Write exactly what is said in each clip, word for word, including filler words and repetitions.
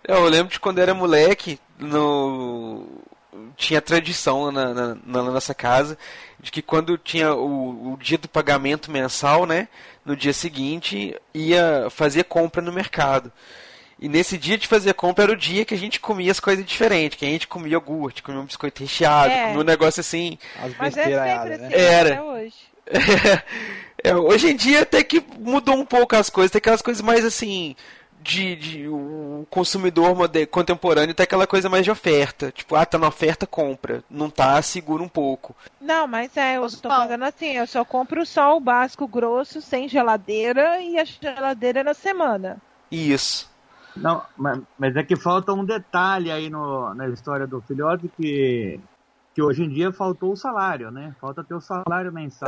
Eu lembro de quando eu era moleque, no... tinha tradição na, na, na nossa casa de que quando tinha o, o dia do pagamento mensal, né, no dia seguinte ia fazer compra no mercado. E nesse dia de fazer compra era o dia que a gente comia as coisas diferentes, que a gente comia iogurte, comia um biscoito recheado, é. comia um negócio assim. As besteiras, assim, né? Era. Até hoje. É, hoje em dia até que mudou um pouco as coisas, tem aquelas coisas mais assim... De, de o consumidor moder, contemporâneo tem aquela coisa mais de oferta. Tipo, ah, tá na oferta, compra. Não tá, segura um pouco. Não, mas é, eu tô falando assim, eu só compro só o básico grosso, sem geladeira, e a geladeira na semana. Isso. Não, mas, mas é que falta um detalhe aí no, na história do filhote que... que hoje em dia faltou o salário, né? Falta ter o salário mensal.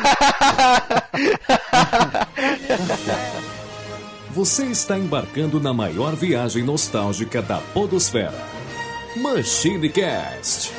Você está embarcando na maior viagem nostálgica da podosfera. MachineCast.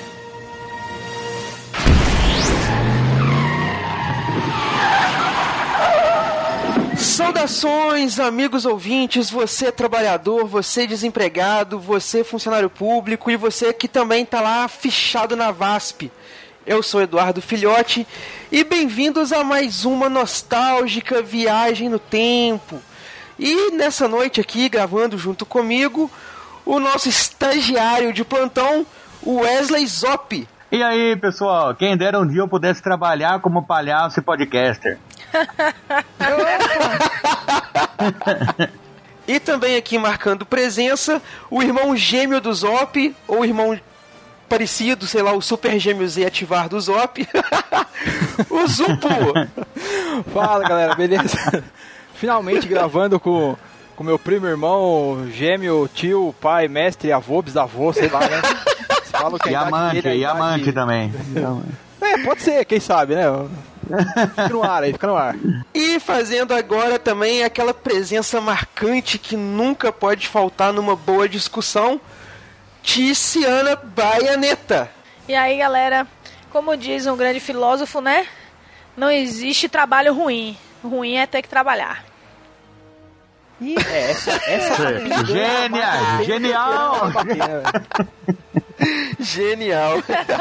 Saudações, amigos ouvintes, você trabalhador, você desempregado, você funcionário público e você que também está lá fichado na V A S P. Eu sou Eduardo Filhote e bem-vindos a mais uma nostálgica viagem no tempo. E nessa noite aqui, gravando junto comigo, o nosso estagiário de plantão, o Wesley Zop. E aí, pessoal, quem dera um dia eu pudesse trabalhar como palhaço e podcaster. E também aqui marcando presença, o irmão gêmeo do Zop, ou o irmão parecido, sei lá, o super gêmeo Z ativar do Zop, o Zupo. Fala, galera, beleza? Finalmente gravando com o meu primo, irmão, gêmeo, tio, pai, mestre, avô, bisavô, sei lá, né? Fala que e amante, dele, e amante de... também. É, pode ser, quem sabe, né? Fica no ar aí, fica no ar. E fazendo agora também aquela presença marcante que nunca pode faltar numa boa discussão, Tiziana Baianeta. E aí, galera, como diz um grande filósofo, né? Não existe trabalho ruim. Ruim é ter que trabalhar. É, essa, essa é genial, genial. Genial.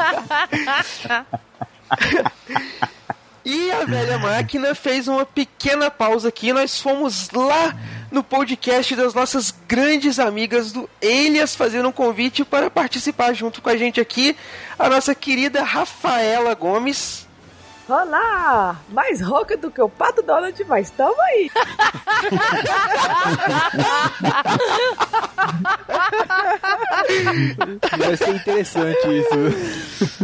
E a velha máquina fez uma pequena pausa aqui. Nós fomos lá no podcast das nossas grandes amigas do Elias fazer um convite para participar junto com a gente aqui, a nossa querida Rafaela Gomes. Olá! Mais rouca do que o Pato Donald, mas tamo aí! Vai ser interessante isso.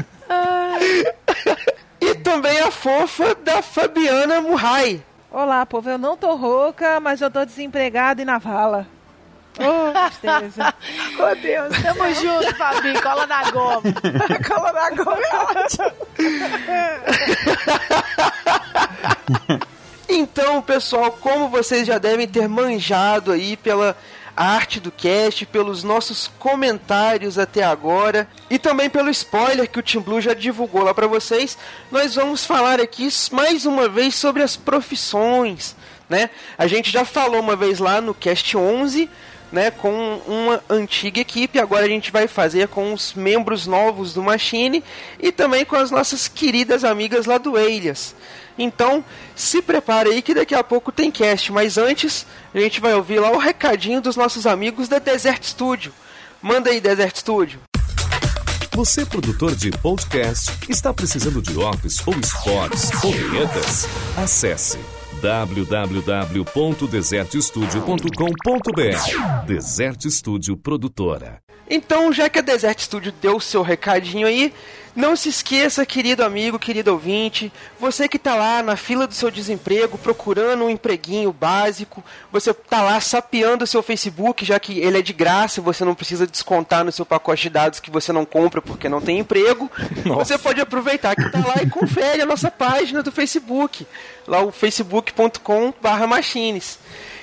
E também a fofa da Fabiana Murray. Olá, povo, eu não tô rouca, mas eu tô desempregada e na vala. Oh, tristeza. Oh, Deus. Tamo junto, Fabi. Cola na goma. Cola na goma é ótimo. Então, pessoal, como vocês já devem ter manjado aí pela arte do cast, pelos nossos comentários até agora e também pelo spoiler que o Team Blue já divulgou lá pra vocês, nós vamos falar aqui mais uma vez sobre as profissões, né? A gente já falou uma vez lá no cast onze, né, com uma antiga equipe, agora a gente vai fazer com os membros novos do Machine e também com as nossas queridas amigas lá do Elias. Então, se prepare aí que daqui a pouco tem cast, mas antes a gente vai ouvir lá o recadinho dos nossos amigos da Desert Studio. Manda aí, Desert Studio. Você, produtor de podcast, está precisando de office ou spots ou vinhetas? Acesse w w w ponto desert studio ponto com ponto b r. Desert Studio Produtora. Então, já que a Desert Studio deu o seu recadinho aí, não se esqueça, querido amigo, querido ouvinte, você que tá lá na fila do seu desemprego, procurando um empreguinho básico, você tá lá sapeando o seu Facebook, já que ele é de graça e você não precisa descontar no seu pacote de dados que você não compra porque não tem emprego. Nossa. Você pode aproveitar que tá lá e confere a nossa página do Facebook, lá o facebook ponto com barra machines.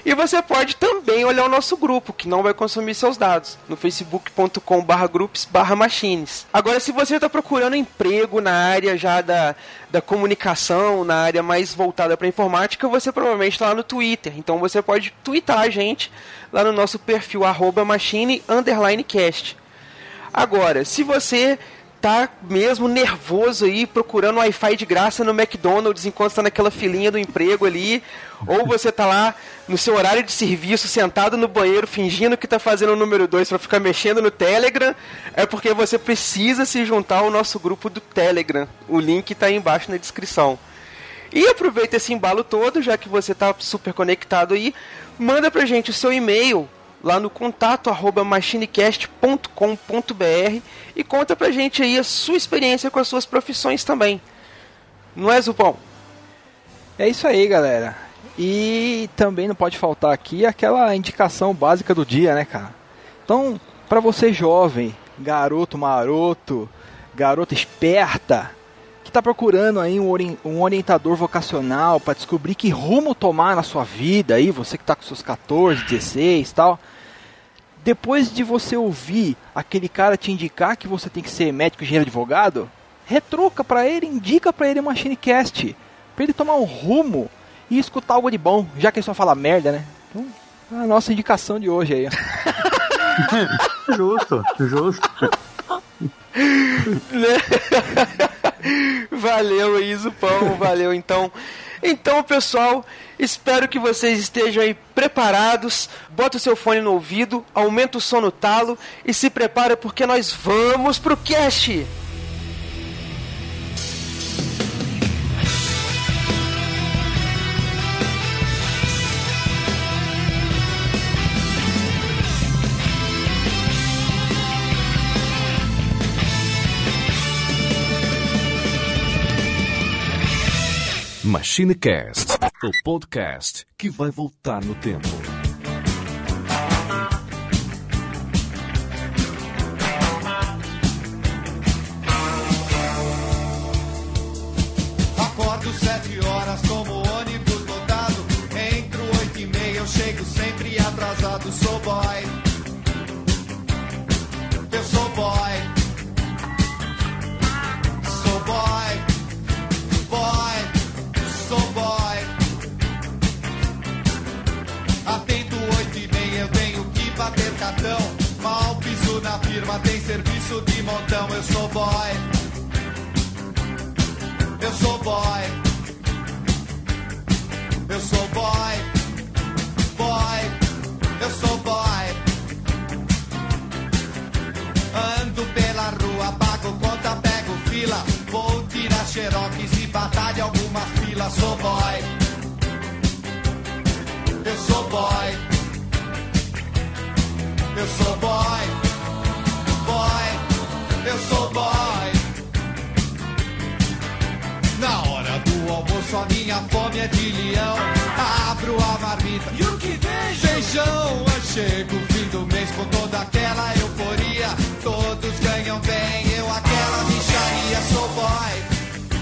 E você pode também olhar o nosso grupo, que não vai consumir seus dados, no facebook ponto com barra groups barra machines. Agora, se você está procurando emprego na área já da, da comunicação, na área mais voltada para informática, você provavelmente está lá no Twitter. Então você pode twittar a gente lá no nosso perfil arroba machine underline cast. Agora, se você tá mesmo nervoso aí, procurando Wi-Fi de graça no McDonald's enquanto está naquela filinha do emprego ali, ou você tá lá no seu horário de serviço, sentado no banheiro, fingindo que tá fazendo o número dois para ficar mexendo no Telegram, é porque você precisa se juntar ao nosso grupo do Telegram. O link tá aí embaixo na descrição. E aproveita esse embalo todo, já que você tá super conectado aí, manda pra gente o seu e-mail lá no contato arroba machinecast ponto com ponto b r e conta pra gente aí a sua experiência com as suas profissões também. Não é, Zupão? É isso aí, galera. E também não pode faltar aqui aquela indicação básica do dia, né, cara? Então, pra você jovem, garoto maroto, garota esperta, que tá procurando aí um, ori- um orientador vocacional para descobrir que rumo tomar na sua vida, aí você que tá com seus catorze, dezesseis e tal, depois de você ouvir aquele cara te indicar que você tem que ser médico, engenheiro, advogado, retruca pra ele, indica pra ele o MachineCast, pra ele tomar um rumo e escutar algo de bom, já que ele só fala merda, né? Então, a nossa indicação de hoje aí. Justo, justo. Valeu aí, Zupão, valeu então. Então, pessoal, espero que vocês estejam aí preparados. Bota o seu fone no ouvido, aumenta o som no talo e se prepara porque nós vamos pro cast! MachineCast, o podcast que vai voltar no tempo. Acordo sete horas como ônibus lotado. Entro oito e meia, eu chego sempre atrasado. Sou boy, eu sou boy, sou boy, boy. Sou boy. Atendo oito e meia, eu tenho que bater cartão. Mal piso na firma, tem serviço de montão. Eu sou boy. Eu sou boy. Eu sou boy. Boy. Eu sou boy. Ando pela rua, pago conta, pego fila. Vou tirar xerox e batalha alguma fila. Sou boy. Eu sou boy. Eu sou boy. Boy. Eu sou boy. Na hora do almoço a minha fome é de leão. Abro a marmita e o que vejo? Feijão. Eu chego fim do mês com toda aquela euforia. Todos ganham bem, eu aquela micharia. Sou boy.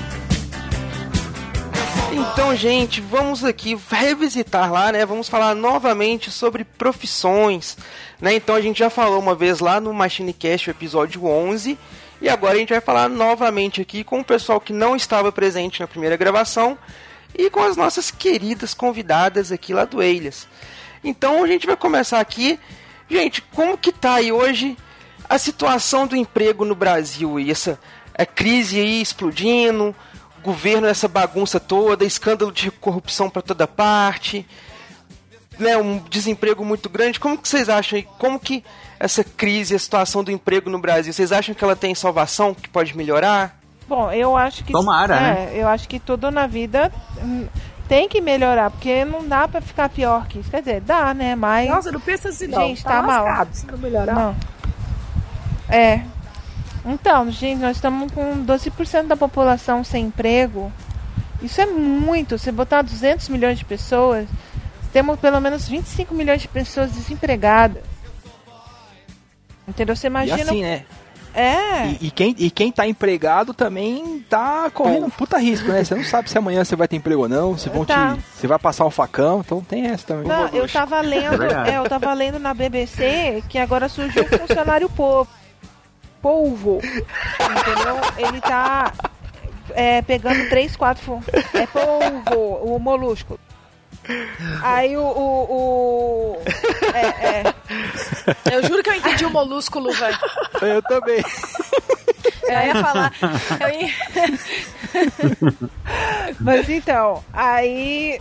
Então, gente, vamos aqui revisitar lá, né? Vamos falar novamente sobre profissões, né? Então a gente já falou uma vez lá no MachineCast, o episódio onze, e agora a gente vai falar novamente aqui com o pessoal que não estava presente na primeira gravação e com as nossas queridas convidadas aqui lá do Eilas. Então a gente vai começar aqui. Gente, como que tá aí hoje a situação do emprego no Brasil? E essa a crise aí explodindo, governo, essa bagunça toda, escândalo de corrupção para toda parte, né, um desemprego muito grande. Como que vocês acham aí? Como que essa crise, a situação do emprego no Brasil, vocês acham que ela tem salvação, que pode melhorar? Bom, eu acho que... Tomara, é, né? Eu acho que tudo na vida hum, tem que melhorar, porque não dá pra ficar pior que isso. Quer dizer, dá, né, mas... Nossa, não pensa assim não. Gente, tá mal. lascado se não melhorar. Não. É. Então, gente, nós estamos com doze por cento da população sem emprego. Isso é muito. Se botar duzentos milhões de pessoas, temos pelo menos vinte e cinco milhões de pessoas desempregadas. Entendeu? Você imagina... E assim, né? É. E, e, quem, e quem tá empregado também tá correndo um puta risco, né? Você não sabe se amanhã você vai ter emprego ou não, se vão Tá. te. Você vai passar um facão, então tem essa também. Não, eu tava lendo, é, eu tava lendo na B B C que agora surgiu um funcionário po polvo. Entendeu? Ele tá é, pegando três, quatro. Fun é polvo, o molusco. Aí o. o, o é, é. Eu juro que eu entendi o molúsculo, velho. Eu também. Eu ia falar. Eu ia... Mas então, aí.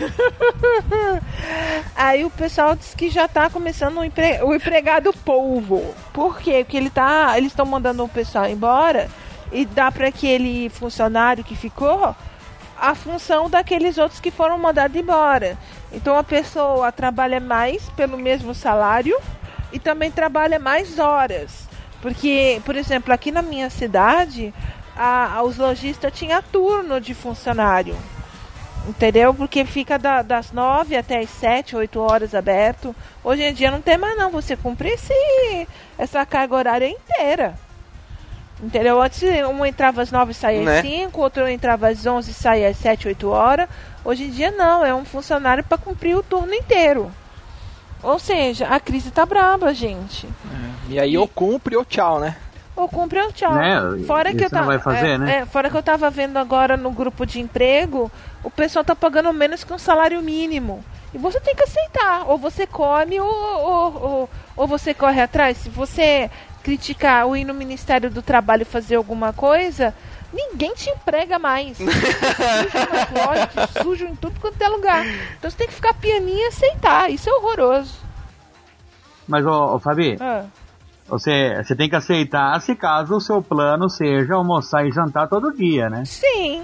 Aí o pessoal diz que já tá começando o, empre... o empregado polvo. Por quê? Porque ele tá... eles estão mandando o pessoal embora e dá para aquele funcionário que ficou a função daqueles outros que foram mandados embora. Então a pessoa trabalha mais pelo mesmo salário e também trabalha mais horas. Porque, por exemplo, aqui na minha cidade, a, a, os lojistas tinham turno de funcionário. Entendeu? Porque fica da, das nove até as sete, oito horas aberto. Hoje em dia não tem mais não. Você cumpre esse, essa carga horária inteira. Entendeu? Antes um entrava às nove e saía Né? às cinco, outro entrava às onze e saía às sete, oito horas. Hoje em dia não, é um funcionário para cumprir o turno inteiro. Ou seja, a crise tá braba, gente. E aí ou cumpre ou tchau, né? Ou cumpre ou tchau. Né? Fora que Isso eu tava, não vai fazer, é, né? é, fora que eu tava vendo agora no grupo de emprego, o pessoal tá pagando menos que um salário mínimo. E você tem que aceitar. Ou você come ou, ou, ou, ou você corre atrás. Se você criticar ou ir no Ministério do Trabalho fazer alguma coisa, ninguém te emprega mais. Sujo nas lojas, sujo em tudo quanto é lugar. Então você tem que ficar pianinho e aceitar. Isso é horroroso. Mas, ô, ô Fabi, Ah. você, você tem que aceitar se caso o seu plano seja almoçar e jantar todo dia, né? Sim.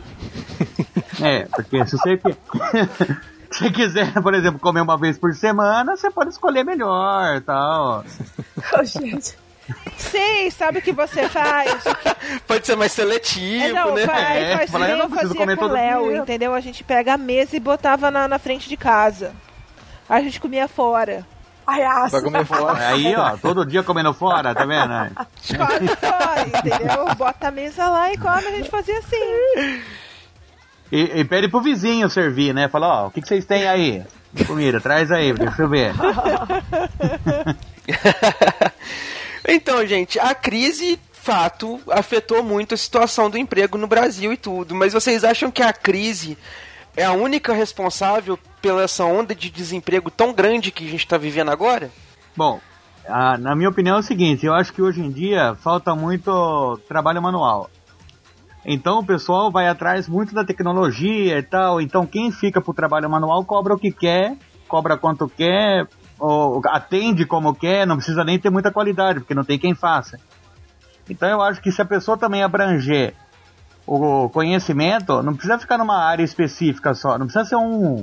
É, porque se você, que- se você quiser, por exemplo, comer uma vez por semana, você pode escolher melhor e tal. Oh, gente. Sei, sabe o que você faz? Pode ser mais seletivo, É, não, né? faz, É, faz fala, que eu nem não eu preciso fazia comer com o todo Léo, dia. entendeu? A gente pega a mesa e botava na, na frente de casa. A gente comia fora. Ai, Vai aço. comer fora. Aí, ó, todo dia comendo fora, tá vendo? Come fora, entendeu? Bota a mesa lá e come, a gente fazia assim. E, e pede pro vizinho servir, né? Fala, ó, o que, que vocês têm aí? Comida, traz aí, deixa eu ver. Então, gente, a crise, fato, afetou muito a situação do emprego no Brasil e tudo. Mas vocês acham que a crise é a única responsável pela essa onda de desemprego tão grande que a gente está vivendo agora? Bom, a- na minha opinião é o seguinte, eu acho que hoje em dia falta muito trabalho manual. Então o pessoal vai atrás muito da tecnologia e tal, então quem fica pro trabalho manual cobra o que quer, cobra quanto quer, ou atende como quer, não precisa nem ter muita qualidade, porque não tem quem faça. Então eu acho que se a pessoa também abranger o conhecimento, não precisa ficar numa área específica só, não precisa ser um,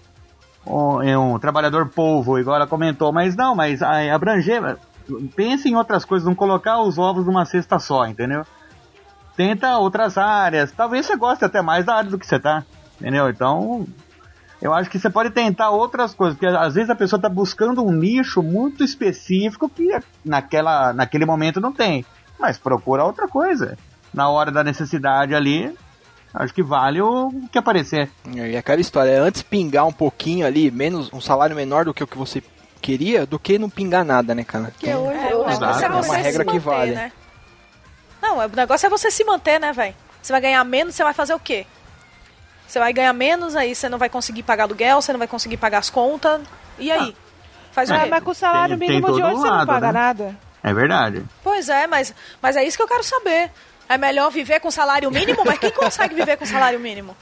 um, um trabalhador polvo, igual ela comentou, mas não, mas a- abranger, pense em outras coisas, não colocar os ovos numa cesta só, entendeu? Tenta outras áreas, talvez você goste até mais da área do que você tá, entendeu? Então, eu acho que você pode tentar outras coisas, porque às vezes a pessoa tá buscando um nicho muito específico que naquela, naquele momento não tem, mas procura outra coisa. Na hora da necessidade ali, acho que vale o que aparecer. E aquela história, é antes pingar um pouquinho ali, menos um salário menor do que o que você queria, do que não pingar nada, né, cara? Que hoje, É, o hoje negócio é é uma você regra se que manter, vale. né? Não, o negócio é você se manter, né, velho? Você vai ganhar menos, você vai fazer o quê? Você vai ganhar menos, aí você não vai conseguir pagar aluguel, você não vai conseguir pagar as contas. E aí? Faz o Ah, quê? mas com o salário Tem- tem mínimo de todo hoje um você não lado, paga né? nada. É verdade. Pois é, mas, mas é isso que eu quero saber. É melhor viver com salário mínimo? Mas quem consegue viver com salário mínimo?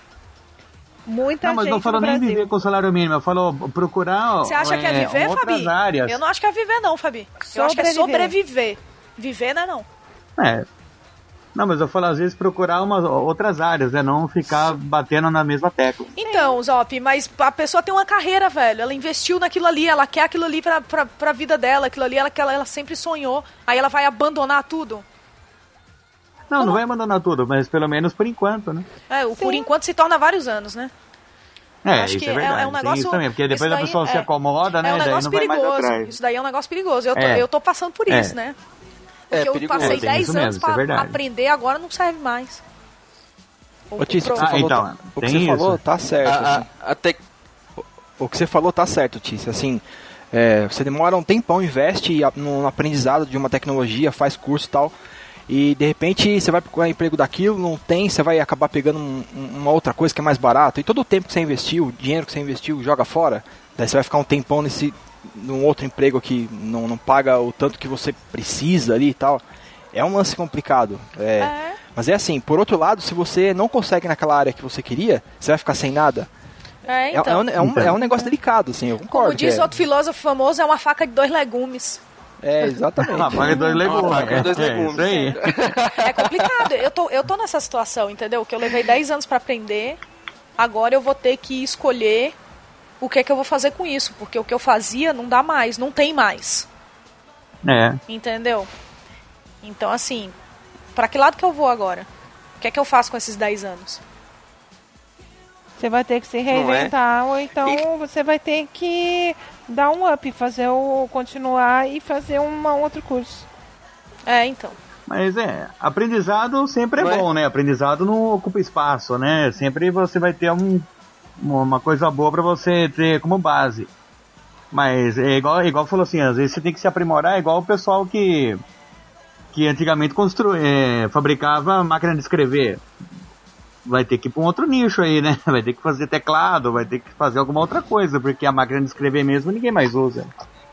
Muita Não, mas gente não falo no nem Brasil. viver com o salário mínimo, eu falo procurar Você acha que é viver, outras Fabi? áreas. Eu não acho que é viver, não, Fabi. Eu acho que é Sobreviver. sobreviver. Viver não é não. É. Não, mas eu falo às vezes procurar umas outras áreas, né? Não ficar batendo na mesma tecla. Então, Zop, mas a pessoa tem uma carreira, velho. Ela investiu naquilo ali, ela quer aquilo ali pra, pra, pra vida dela, aquilo ali ela, que ela, ela sempre sonhou. Aí ela vai abandonar tudo. Não, não vai abandonar tudo, mas pelo menos por enquanto, né? É, o por enquanto se torna vários anos, né? É, Acho isso que é é- verdade. é um negócio- Tem isso também, porque depois isso a daí pessoa se é- acomoda, né? É um Daí negócio não vai mais perigoso. atrás. Isso daí é um negócio perigoso. Eu tô, É. eu tô passando por É. isso, né? O É que eu perigoso. passei É, tem dez isso mesmo, anos isso é pra verdade. aprender, agora não serve mais. O- Ô, Tício, o que o você pro- Ah, falou, então, tá, o que tem você falou isso. tá certo. A, assim. a, até O que você falou tá certo, Tício. Assim, é, você demora um tempão, investe a- no aprendizado de uma tecnologia, faz curso e tal, e de repente você vai procurar emprego daquilo, não tem, você vai acabar pegando um- um- uma outra coisa que é mais barato, e todo o tempo que você investiu, o dinheiro que você investiu, joga fora, daí você vai ficar um tempão nesse, num outro emprego que não, não paga o tanto que você precisa ali e tal. É um lance complicado. É, É. Mas é assim, por outro lado, se você não consegue naquela área que você queria, você vai ficar sem nada. É, É, é, então. um, é, um, é um negócio delicado, assim, eu concordo. Como diz que é, outro filósofo famoso, é uma faca de dois legumes. é, exatamente. Ah, paga dois legumes. faca de dois é, legumes. Isso aí. É complicado. Eu tô, eu tô nessa situação, entendeu? Que eu levei dez anos pra aprender. Agora eu vou ter que escolher o que é que eu vou fazer com isso. Porque o que eu fazia não dá mais, não tem mais. É. Entendeu? Então, assim, pra que lado que eu vou agora? O que é que eu faço com esses dez anos? Você vai ter que se reinventar, ou então você vai ter que dar um up, fazer o continuar e fazer um outro curso. É, então. Mas é, aprendizado sempre é Não é? bom, né? Aprendizado não ocupa espaço, né? Sempre você vai ter um, uma coisa boa pra você ter como base. Mas é igual, igual falou assim, às vezes você tem que se aprimorar, é igual o pessoal que, que antigamente constru, é, fabricava máquina de escrever. Vai ter que ir pra um outro nicho aí, né? Vai ter que fazer teclado, vai ter que fazer alguma outra coisa, porque a máquina de escrever mesmo ninguém mais usa.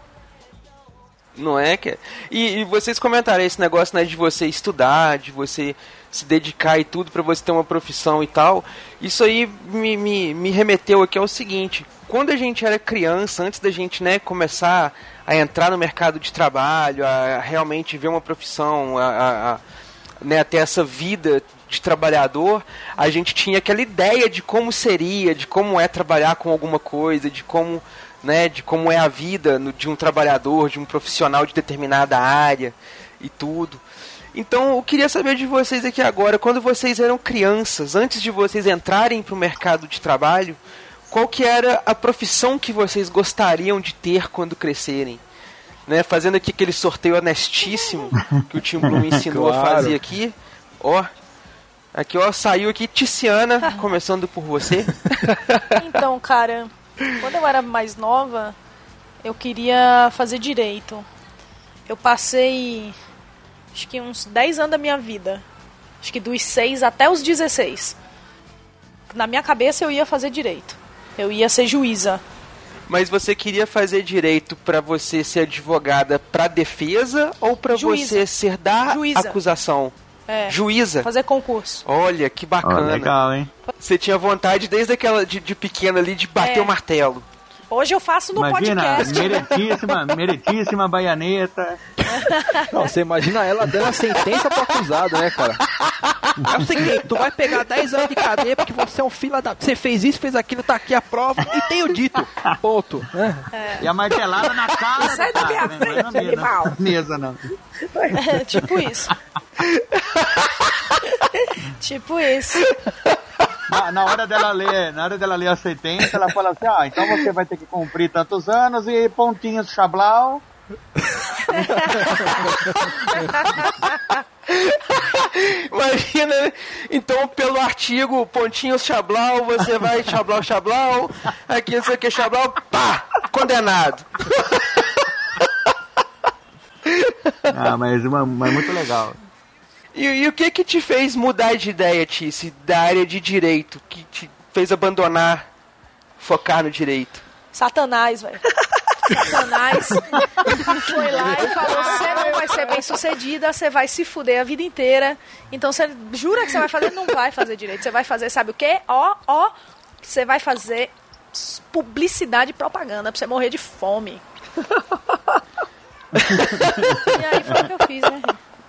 Não é que e, e vocês comentaram esse negócio, né, de você estudar, de você se dedicar e tudo pra você ter uma profissão e tal. Isso aí me, me, me remeteu aqui ao seguinte: quando a gente era criança, antes da gente, né, começar a entrar no mercado de trabalho, a realmente ver uma profissão, a, a, a né, ter essa vida de trabalhador, a gente tinha aquela ideia de como seria, de como é trabalhar com alguma coisa, de como, né, de como é a vida no, de um trabalhador, de um profissional de determinada área e tudo. Então eu queria saber de vocês aqui agora, quando vocês eram crianças, antes de vocês entrarem para o mercado de trabalho, qual que era a profissão que vocês gostariam de ter quando crescerem? Né, fazendo aqui aquele sorteio honestíssimo que o Tim Blum ensinou Claro. a fazer aqui. Ó, aqui ó, saiu aqui Tiziana, começando por você. Então, cara, quando eu era mais nova, eu queria fazer direito. Eu passei, acho que uns dez anos da minha vida. Acho que dos seis até os dezesseis. Na minha cabeça eu ia fazer direito. Eu ia ser juíza. Mas você queria fazer direito pra você ser advogada pra defesa ou pra Juíza. você ser da Juíza. acusação? É, Juíza? fazer concurso. Olha, que Ó, bacana. legal, hein? Você tinha vontade desde aquela de, de pequena ali de bater É. o martelo. Hoje eu faço no Imagina, podcast. meritíssima, meritíssima baianeta. Não, você imagina ela dando a sentença pro acusado, né, cara? É o seguinte, tu vai pegar dez anos de cadeia porque você é um filho da... Você fez isso, fez aquilo, tá aqui a prova e tenho dito. Ponto. né? E a martelada na cara. Sai da cara, minha né? frente, Não é na animal. mesa, mesa, não. É, tipo isso. Tipo isso. Na, na hora dela ler, na hora dela ler a sentença, ela fala assim, ah, então você vai ter que cumprir tantos anos e pontinhos chablau. Imagina, né? Então pelo artigo pontinhos chablau, você vai chablau chablau, aqui não sei o que chablau, pá, condenado. Ah, mas, uma- mas muito legal. E, e o que que te fez mudar de ideia, Tice, da área de direito, que te fez abandonar, focar no direito? Satanás, velho. Satanás foi lá e falou: você não vai ser bem sucedida, você vai se fuder a vida inteira. Então você jura que você vai fazer? Não vai fazer direito. Você vai fazer, sabe o quê? Ó, ó, você vai fazer publicidade e propaganda pra você morrer de fome. E aí foi o que eu fiz, né?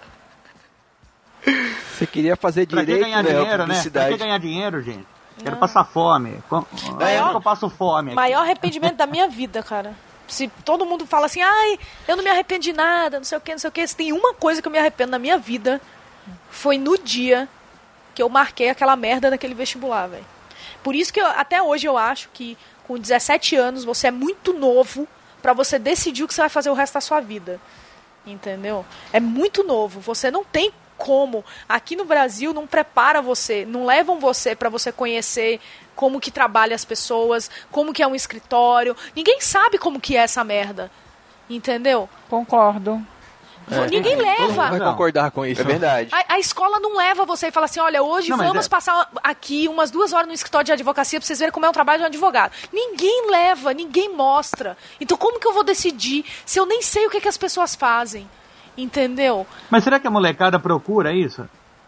Você queria fazer Pra que direito, ganhar né? dinheiro, né? Pra publicidade. que ganhar dinheiro, gente? Quero passar fome. Com- Maior- Onde que eu passo fome? aqui? Maior arrependimento da minha vida, cara. Se todo mundo fala assim, ai, eu não me arrependo de nada, não sei o que, não sei o que. Se tem uma coisa que eu me arrependo na minha vida, foi no dia que eu marquei aquela merda daquele vestibular, velho. Por isso que eu- até hoje eu acho que com dezessete anos você é muito novo pra você decidir o que você vai fazer o resto da sua vida. Entendeu? É muito novo. Você não tem como. Aqui no Brasil não prepara você, não levam você para você conhecer como que trabalha as pessoas, como que é um escritório. Ninguém sabe como que é essa merda. Entendeu? Concordo. É. Ninguém leva. Vai concordar com isso. É verdade. A, a escola não leva você e fala assim, olha, hoje não, vamos é... passar aqui umas duas horas no escritório de advocacia pra vocês verem como é um trabalho de um advogado. Ninguém leva, ninguém mostra. Então como que eu vou decidir se eu nem sei o que, que as pessoas fazem? Entendeu? Mas será que a molecada procura isso?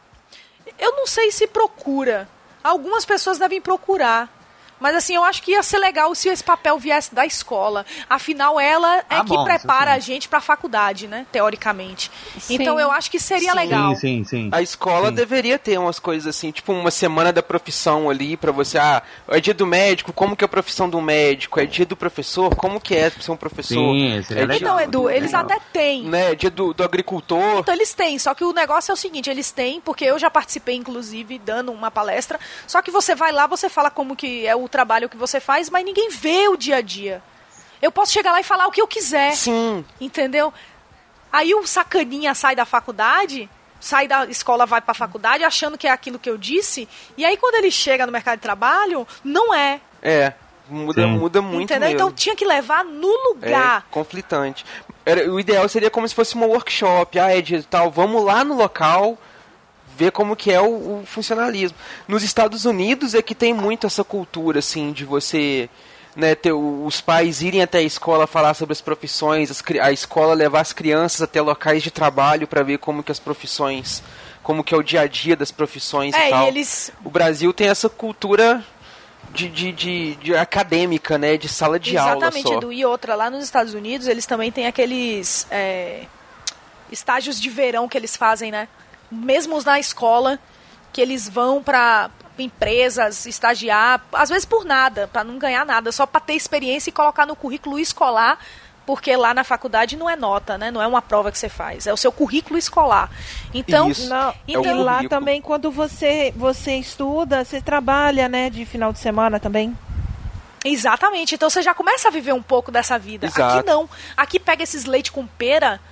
Eu não sei se procura. Algumas pessoas devem procurar. Mas assim, eu acho que ia ser legal se esse papel viesse da escola. Afinal, ela é ah, que bom, prepara a gente pra faculdade, né? Teoricamente. Sim. Então eu acho que seria Sim. legal. Sim, sim, sim. A escola sim. deveria ter umas coisas assim, tipo uma semana da profissão ali pra você, ah, é dia do médico, como que é a profissão do médico? É dia do professor, como que é ser um professor? Sim, seria é dia, Então, Edu, eles legal. até têm. né, dia do, do agricultor. Então eles têm, só que o negócio é o seguinte, eles têm, porque eu já participei, inclusive, dando uma palestra, só que você vai lá, você fala como que é o trabalho que você faz, mas ninguém vê o dia a dia. Eu posso chegar lá e falar o que eu quiser. Sim. Entendeu? Aí o sacaninha sai da faculdade, sai da escola, vai pra faculdade, achando que é aquilo que eu disse, e aí quando ele chega no mercado de trabalho, não é. É, muda, Sim. muda muito Entendeu? mesmo. Então tinha que levar no lugar. É conflitante. Era, o ideal seria como se fosse uma workshop. Ah, é de tal, vamos lá no local ver como que é o, o funcionalismo. Nos Estados Unidos é que tem muito essa cultura, assim, de você, né, ter os pais irem até a escola falar sobre as profissões, as, a escola levar as crianças até locais de trabalho para ver como que as profissões, como que é o dia a dia das profissões É, e tal. e eles... O Brasil tem essa cultura de, de, de, de acadêmica, né, de sala de aula Exatamente, só. Edu. E outra, lá nos Estados Unidos, eles também têm aqueles é, estágios de verão que eles fazem, né? Mesmo na escola, que eles vão para empresas estagiar, às vezes por nada, para não ganhar nada, só para ter experiência e colocar no currículo escolar, porque lá na faculdade não é nota, né? Não é uma prova que você faz, é o seu currículo escolar. Então, Isso. Não, É o e lá currículo. também, quando você, você estuda, você trabalha, né, de final de semana também. exatamente. Então você já começa a viver um pouco dessa vida. Exato. Aqui não. Aqui pega esses leite com pera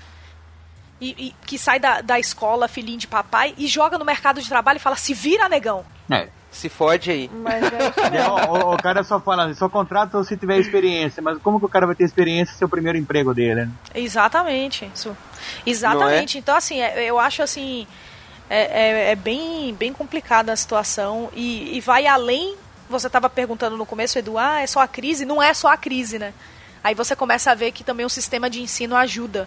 e, e que sai da, da escola, filhinho de papai, e joga no mercado de trabalho e fala, se vira, negão. É. Se fode aí. Mas é É, o, o cara só fala, só contrata se tiver experiência, mas como que o cara vai ter experiência se é o primeiro emprego dele, né? Exatamente. Isso. Exatamente. Então, assim, é- eu acho assim. É, é, é bem, bem complicada a situação. E, e vai além. Você estava perguntando no começo, Edu, ah, é só a crise? Não é só a crise, né? Aí você começa a ver que também o sistema de ensino ajuda.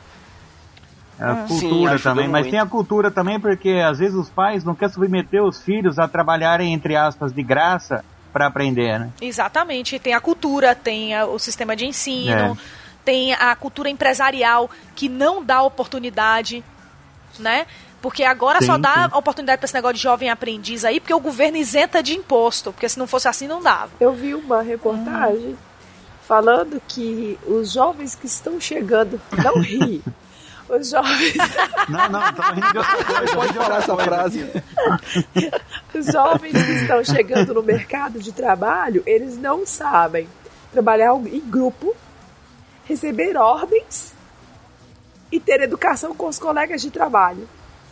É a Sim, cultura ajuda também, mas muito. tem a cultura também porque às vezes os pais não querem submeter os filhos a trabalharem, entre aspas, de graça para aprender, né? Exatamente. Tem a cultura, tem a- o sistema de ensino, É. tem a cultura empresarial que não dá oportunidade, né? Porque agora Sim, só dá sim. oportunidade para esse negócio de jovem aprendiz aí, porque o governo isenta de imposto, porque se não fosse assim não dava. Eu vi uma reportagem falando que os jovens que estão chegando, não ri, os jovens, Não, não, estamos rindo de outra coisa. Pode falar essa frase. os jovens que estão chegando no mercado de trabalho, eles não sabem trabalhar em grupo, receber ordens e ter educação com os colegas de trabalho.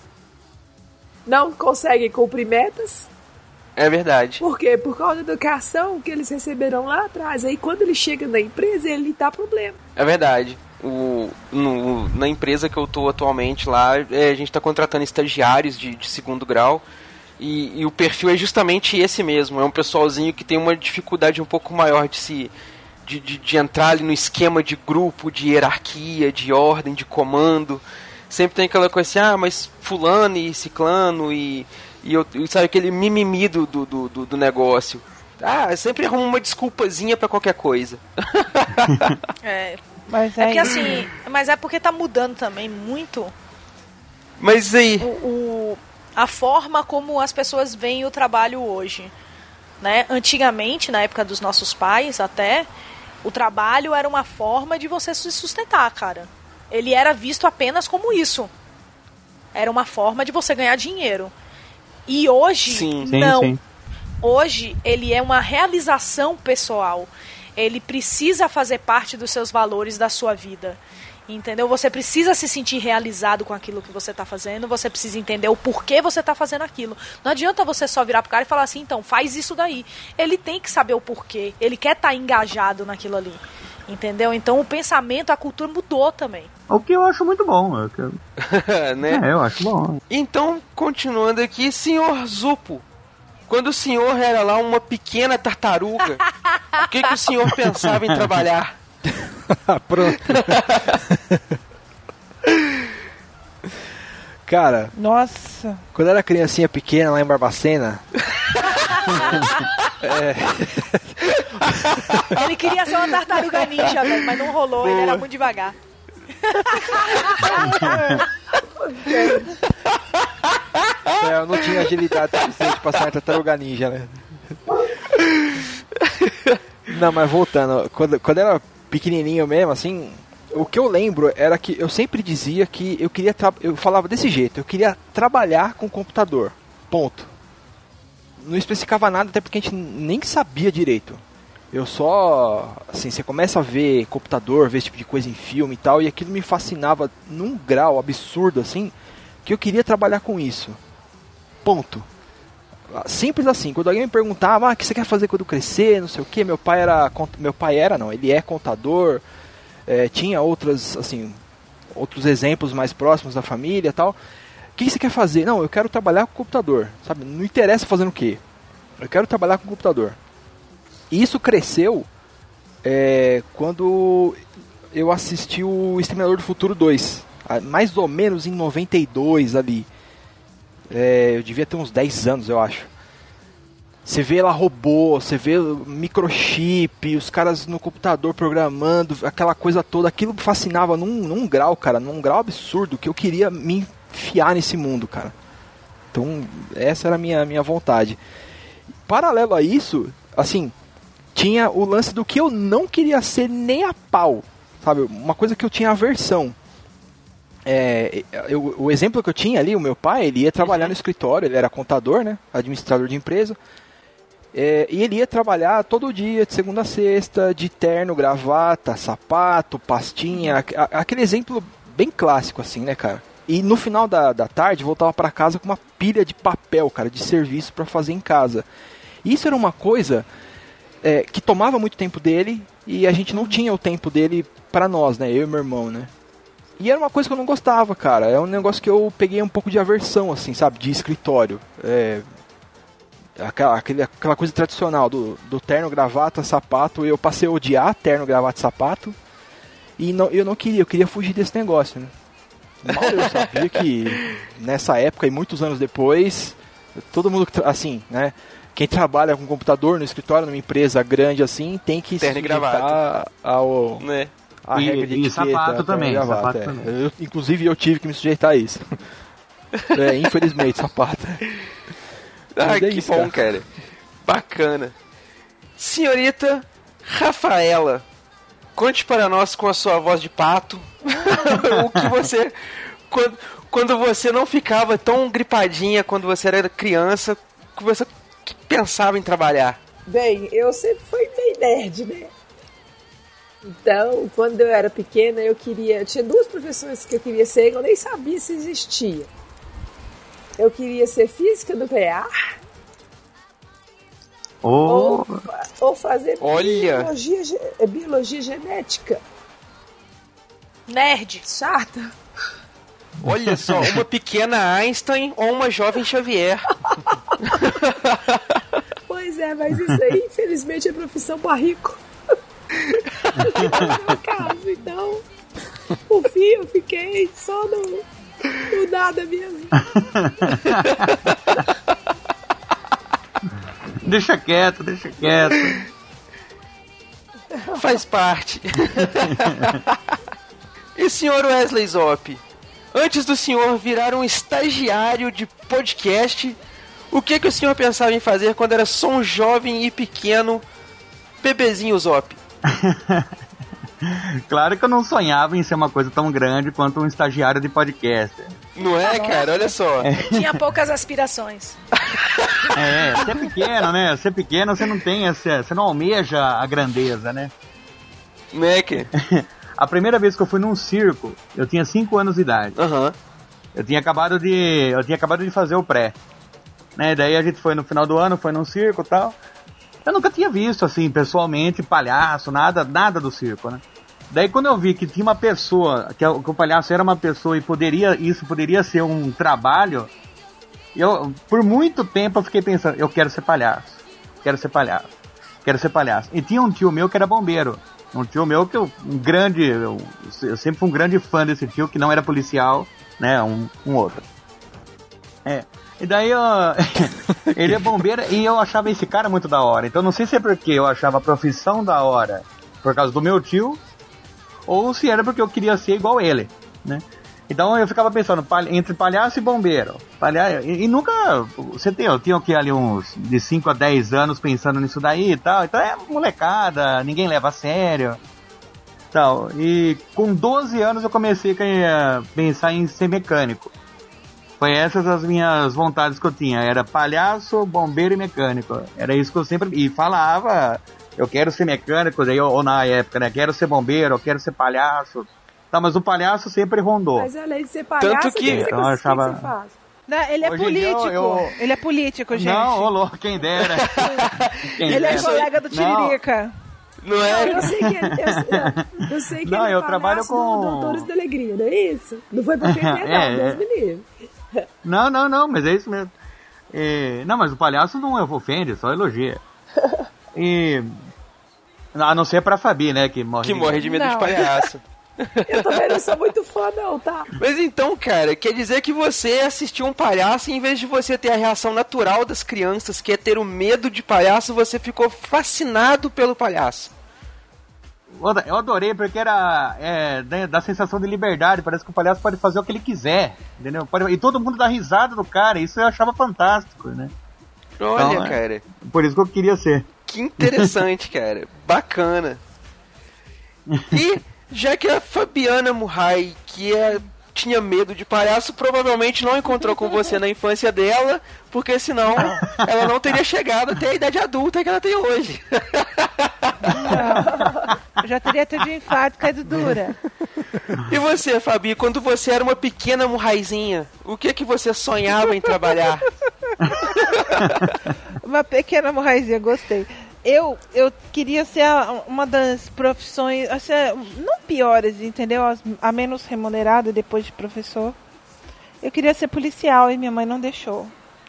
Não conseguem cumprir metas. É verdade. Por quê? Por causa da educação que eles receberam lá atrás. Aí quando ele chega na empresa, ele dá problema. É verdade. O, no- na empresa que eu tô atualmente lá, é, a gente está contratando estagiários de, de segundo grau. E, e o perfil é justamente esse mesmo. É um pessoalzinho que tem uma dificuldade um pouco maior de se. De, de, de entrar ali no esquema de grupo, de hierarquia, de ordem, de comando. Sempre tem aquela coisa assim, ah, mas fulano e ciclano e, e, eu, e sabe, aquele mimimi do, do, do, do negócio. Ah, sempre arruma uma desculpazinha pra qualquer coisa. É, Mas é é, porque isso. assim, mas é porque tá mudando também muito Mas aí, o, o- a forma como as pessoas veem o trabalho hoje, né? Antigamente, na época dos nossos pais até, o trabalho era uma forma de você se sustentar, cara. Ele era visto apenas como isso. Era uma forma de você ganhar dinheiro. E hoje, Sim. Sim, não. sim. Hoje, ele é uma realização pessoal. Ele precisa fazer parte dos seus valores da sua vida. Entendeu? Você precisa se sentir realizado com aquilo que você tá fazendo, você precisa entender o porquê você tá fazendo aquilo. Não adianta você só virar pro cara e falar assim, então, faz isso daí. Ele tem que saber o porquê, ele quer estar engajado naquilo ali. Entendeu? Então o pensamento, a cultura mudou também. O que eu acho muito bom. Eu... né? É, eu acho bom. Então, continuando aqui, senhor Zupo, quando o senhor era lá uma pequena tartaruga, o que, que o senhor pensava em trabalhar? Pronto. Cara, Nossa. quando eu era criancinha pequena lá em Barbacena. é... Ele queria ser uma tartaruga ninja, velho, mas não rolou, Boa. Ele era muito devagar. É, eu não tinha agilidade suficiente pra ser uma tartaruga ninja, né? Não, mas voltando, quando, quando eu era pequenininho mesmo, assim, o que eu lembro era que eu sempre dizia que eu queria, tra- eu falava desse jeito, eu queria trabalhar com computador, ponto. Não especificava nada, até porque a gente nem sabia direito. Eu só, assim, você começa a ver computador, ver esse tipo de coisa em filme e tal, e aquilo me fascinava num grau absurdo, assim, que eu queria trabalhar com isso. Ponto. Simples assim. Quando alguém me perguntava, ah, o que você quer fazer quando crescer, não sei o que, meu pai era, meu pai era, não, ele é contador, é, tinha outras, assim, outros exemplos mais próximos da família e tal. O que você quer fazer? Não, eu quero trabalhar com computador, sabe? Não interessa fazendo o quê. Eu quero trabalhar com computador. E isso cresceu é, quando eu assisti o Exterminador do Futuro dois, mais ou menos em noventa e dois ali. É, eu devia ter uns dez anos, eu acho. Você vê lá robô, você vê microchip, os caras no computador programando, aquela coisa toda, aquilo me fascinava num, num grau, cara, num grau absurdo, que eu queria me enfiar nesse mundo, cara. Então, essa era a minha, minha vontade. Paralelo a isso, assim, tinha o lance do que eu não queria ser nem a pau, sabe? Uma coisa que eu tinha aversão. É, eu, o exemplo que eu tinha ali, o meu pai, ele ia trabalhar no escritório, ele era contador, né? Administrador de empresa. É, e ele ia trabalhar todo dia, de segunda a sexta, de terno, gravata, sapato, pastinha, a, aquele exemplo bem clássico, assim, né, cara? E no final da, da tarde, voltava para casa com uma pilha de papel, cara, de serviço para fazer em casa. E isso era uma coisa é, que tomava muito tempo dele e a gente não tinha o tempo dele para nós, né? Eu e meu irmão, né? E era uma coisa que eu não gostava, cara. É um negócio que eu peguei um pouco de aversão, assim, sabe? De escritório. É... Aquela, aquela coisa tradicional do, do terno, gravata, sapato. Eu passei a odiar terno, gravata e sapato. E não, eu não queria, eu queria fugir desse negócio, né? Mal eu sabia que nessa época e muitos anos depois, todo mundo, assim, né? Quem trabalha com computador no escritório, numa empresa grande assim, tem que terno se sujeitar ao... né? A e, regra de e etiqueta, sapato também, gravata, sapato é. também. Eu, inclusive eu tive que me sujeitar a isso. É, infelizmente, sapato. Ah, é que isso, bom, cara. cara. Bacana. Senhorita Rafaela, conte para nós com a sua voz de pato o que você... Quando, quando você não ficava tão gripadinha quando você era criança, que você pensava em trabalhar. Bem, eu sempre fui bem nerd, né? Então, quando eu era pequena, eu queria... Eu tinha duas profissões que eu queria ser, eu nem sabia se existia. Eu queria ser física nuclear. Oh. Ou, ou fazer Olha. Biologia, biologia genética. Nerd. Chata. Olha só, uma pequena Einstein ou uma jovem Xavier. Pois é, mas isso aí, infelizmente, é profissão para rico. No meu caso, então, por fim, eu fiquei só no, no nada mesmo. Deixa quieto, deixa quieto. Faz parte. E senhor Wesley Zop, antes do senhor virar um estagiário de podcast, o que, que o senhor pensava em fazer quando era só um jovem e pequeno bebezinho Zop? Claro que eu não sonhava em ser uma coisa tão grande quanto um estagiário de podcast. Não é, cara? Olha só. É. Tinha poucas aspirações. É, você é pequeno, né? Você é pequeno, você não tem essa, você não almeja a grandeza, né? Né, que? A primeira vez que eu fui num circo, eu tinha cinco anos de idade. Uhum. Eu tinha acabado de. Eu tinha acabado de fazer o pré. Né? Daí a gente foi no final do ano, foi num circo e tal. Eu nunca tinha visto, assim, pessoalmente, palhaço, nada, nada do circo, né? Daí quando eu vi que tinha uma pessoa, que, que o palhaço era uma pessoa e poderia, isso poderia ser um trabalho, eu, por muito tempo eu fiquei pensando, eu quero ser palhaço, quero ser palhaço, quero ser palhaço. E tinha um tio meu que era bombeiro. Um tio meu que eu, um grande, eu, eu sempre fui um grande fã desse tio, que não era policial, né, um, um outro. É, e daí eu, ele é bombeiro e eu achava esse cara muito da hora. Então não sei se é porque eu achava a profissão da hora por causa do meu tio, ou se era porque eu queria ser igual ele, né. Então eu ficava pensando, entre palhaço e bombeiro, palha... e, e nunca, você tem, eu tinha aqui ali uns de cinco a dez anos pensando nisso daí e tal, então é molecada, ninguém leva a sério, tal. E com doze anos eu comecei a pensar em ser mecânico. Foi essas as minhas vontades que eu tinha, era palhaço, bombeiro e mecânico, era isso que eu sempre, e falava, eu quero ser mecânico, daí, ou, ou na época, né, quero ser bombeiro, eu quero ser palhaço. Tá, mas o palhaço sempre rondou. Mas além de ser palhaço, Tanto que, que você, eu achava... que você faz? Não, ele é Hoje em político. dia eu- eu- Ele é político, gente. Não, ô louco, quem dera. Quem Ele é dera. colega do Não. Tiririca. Não Não, é? eu sei que ele, eu, eu sei que Não, ele é eu palhaço trabalho com- do Doutores da Alegria, não é isso? Não foi pra ofender, não, É, Deus é. me livre. Não, não, não, mas é isso mesmo. É, não, mas o palhaço não ofende, só elogia. E... A não ser pra Fabi, né, que morre Que de morre de medo Não. de palhaço. Eu também não sou muito fã, não, tá? Mas então, cara, quer dizer que você assistiu um palhaço e em vez de você ter a reação natural das crianças, que é ter o medo de palhaço, você ficou fascinado pelo palhaço. Eu adorei porque era é, da, da sensação de liberdade. Parece que o palhaço pode fazer o que ele quiser, entendeu? Pode, e todo mundo dá risada do cara. Isso eu achava fantástico, né? Olha, Então, é. cara, Por isso que eu queria ser. que interessante, cara. Bacana. E já que a Fabiana Murray, que é, tinha medo de palhaço, provavelmente não encontrou com você na infância dela, porque senão ela não teria chegado até a idade adulta que ela tem hoje. Não. Já teria tido infarto, caído dura. E você, Fabi, quando você era uma pequena Murrayzinha, o que que você sonhava em trabalhar? Uma pequena morrazinha, gostei. Eu, eu queria ser a- uma das profissões, assim, não piores, entendeu? As- A menos remunerada depois de professor. Eu queria ser policial e minha mãe não deixou.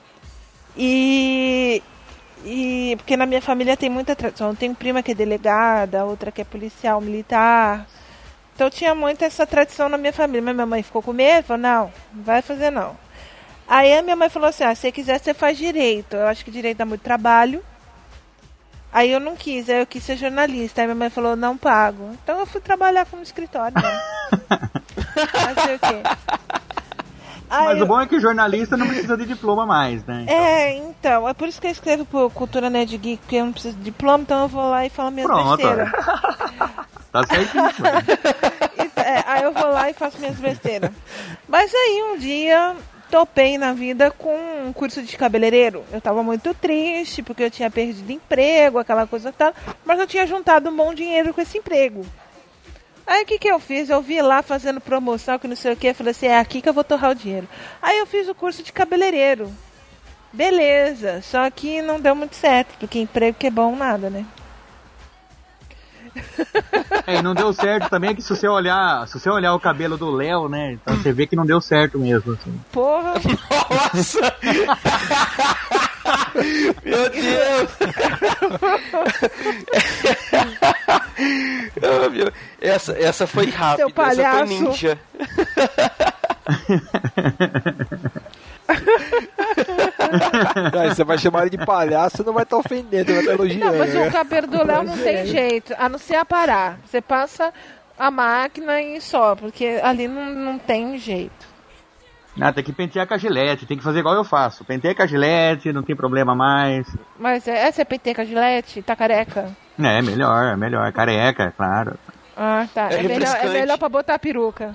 E, e porque na minha família tem muita tradição. Eu tenho prima que é delegada, outra que é policial militar. Então tinha muito essa tradição na minha família. Mas minha mãe ficou com medo, falou, não, não vai fazer não. Aí a minha mãe falou assim, ah, se você quiser você faz direito. Eu acho que direito dá muito trabalho. Aí eu não quis, aí eu quis ser jornalista. Aí minha mãe falou, não pago. Então eu fui trabalhar como escritório, né? Fazer o quê? Aí Mas eu- o bom é que jornalista não precisa de diploma mais, né? É, então, é por isso que eu escrevo pro Cultura Nerd Geek, porque eu não preciso de diploma, então eu vou lá e falo minhas Pronto. besteiras. Tá certíssimo. E- é, aí eu vou lá e faço minhas besteiras. Mas aí um dia topei na vida com um curso de cabeleireiro. Eu tava muito triste porque eu tinha perdido emprego, aquela coisa e tal, mas eu tinha juntado um bom dinheiro com esse emprego. Aí o que que eu fiz? Eu vi lá fazendo promoção, que não sei o que, falei assim, é aqui que eu vou torrar o dinheiro. Aí eu fiz o curso de cabeleireiro. Beleza, só que não deu muito certo, porque emprego que é bom nada, né? É, e não deu certo também que se você olhar, se você olhar o cabelo do Léo, né? Então você vê que não deu certo mesmo, assim. Porra, Nossa! Meu Deus! Oh, meu. Essa, essa foi rápida, Seu essa foi palhaço. ninja. Aí você vai chamar ele de palhaço, você não vai estar ofendendo, você vai estar elogiando. não, mas né? o cabelo do Léo não tem jeito, a não ser aparar. Você passa a máquina e só, porque ali não, não tem jeito. Ah, tem que pentear com a gilete, tem que fazer igual eu faço. Penteia com a gilete, não tem problema mais. Mas é, é você penteia com a gilete, tá careca? É, melhor, é melhor. Careca, é claro. Ah, tá. É É, melhor, é refrescante. melhor pra botar a peruca.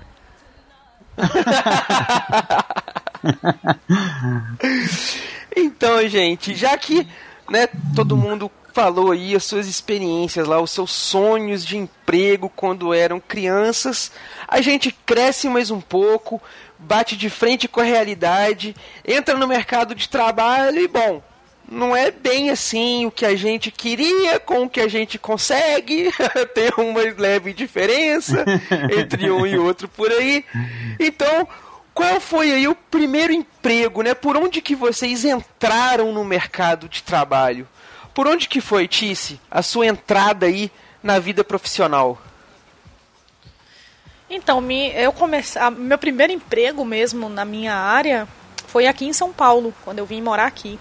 Então, gente, já que, né, todo mundo falou aí as suas experiências lá, os seus sonhos de emprego quando eram crianças. A gente cresce mais um pouco, bate de frente com a realidade, entra no mercado de trabalho e, bom, não é bem assim o que a gente queria com o que a gente consegue. Tem uma leve diferença entre um e outro por aí. Então, qual foi aí o primeiro emprego, né? Por onde que vocês entraram no mercado de trabalho? Por onde que foi, Tice, a sua entrada aí na vida profissional? Então, me, eu comecei, a, meu primeiro emprego mesmo na minha área foi aqui em São Paulo, quando eu vim morar aqui.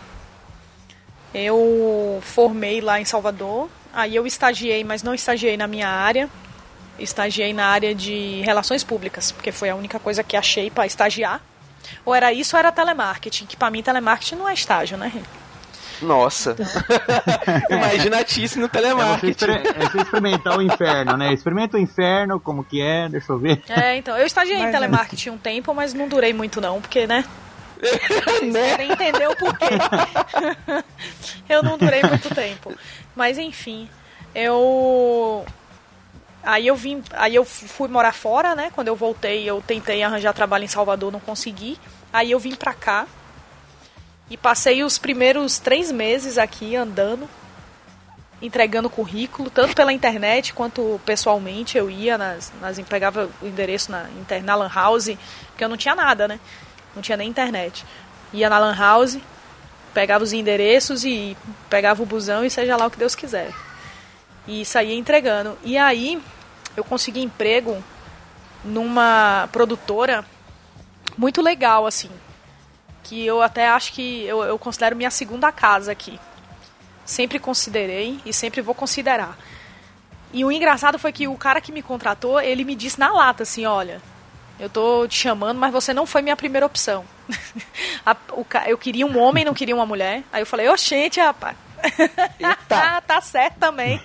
Eu formei lá em Salvador, aí eu estagiei, mas não estagiei na minha área, estagiei na área de relações públicas, porque foi a única coisa que achei para estagiar. Ou era isso ou era telemarketing, que para mim telemarketing não é estágio, né? Nossa, imagina a Tice no telemarketing. É você, é você experimentar o inferno, né? Experimenta o inferno, como que é, deixa eu ver. É, então, eu estagiei mas, em telemarketing um tempo, mas não durei muito não, porque, né? Vocês querem entender o porquê. Eu não durei muito tempo. Mas enfim, eu... Aí eu vim, aí eu fui morar fora, né? Quando eu voltei, eu tentei arranjar trabalho em Salvador, não consegui. Aí eu vim pra cá e passei os primeiros três meses aqui andando, entregando currículo, tanto pela internet quanto pessoalmente. Eu ia, nas, nas, pegava o endereço na, na Lan House, porque eu não tinha nada, né? Não tinha nem internet. Ia na Lan House, pegava os endereços e pegava o busão e seja lá o que Deus quiser. E saía entregando. E aí eu consegui emprego numa produtora muito legal, assim. Que eu até acho que eu, eu considero minha segunda casa aqui. Sempre considerei e sempre vou considerar. E o engraçado foi que o cara que me contratou, ele me disse na lata assim, olha... Eu tô te chamando, mas você não foi minha primeira opção. a, o, eu queria um homem, não queria uma mulher. Aí eu falei, oxente, rapaz. tá, tá certo também.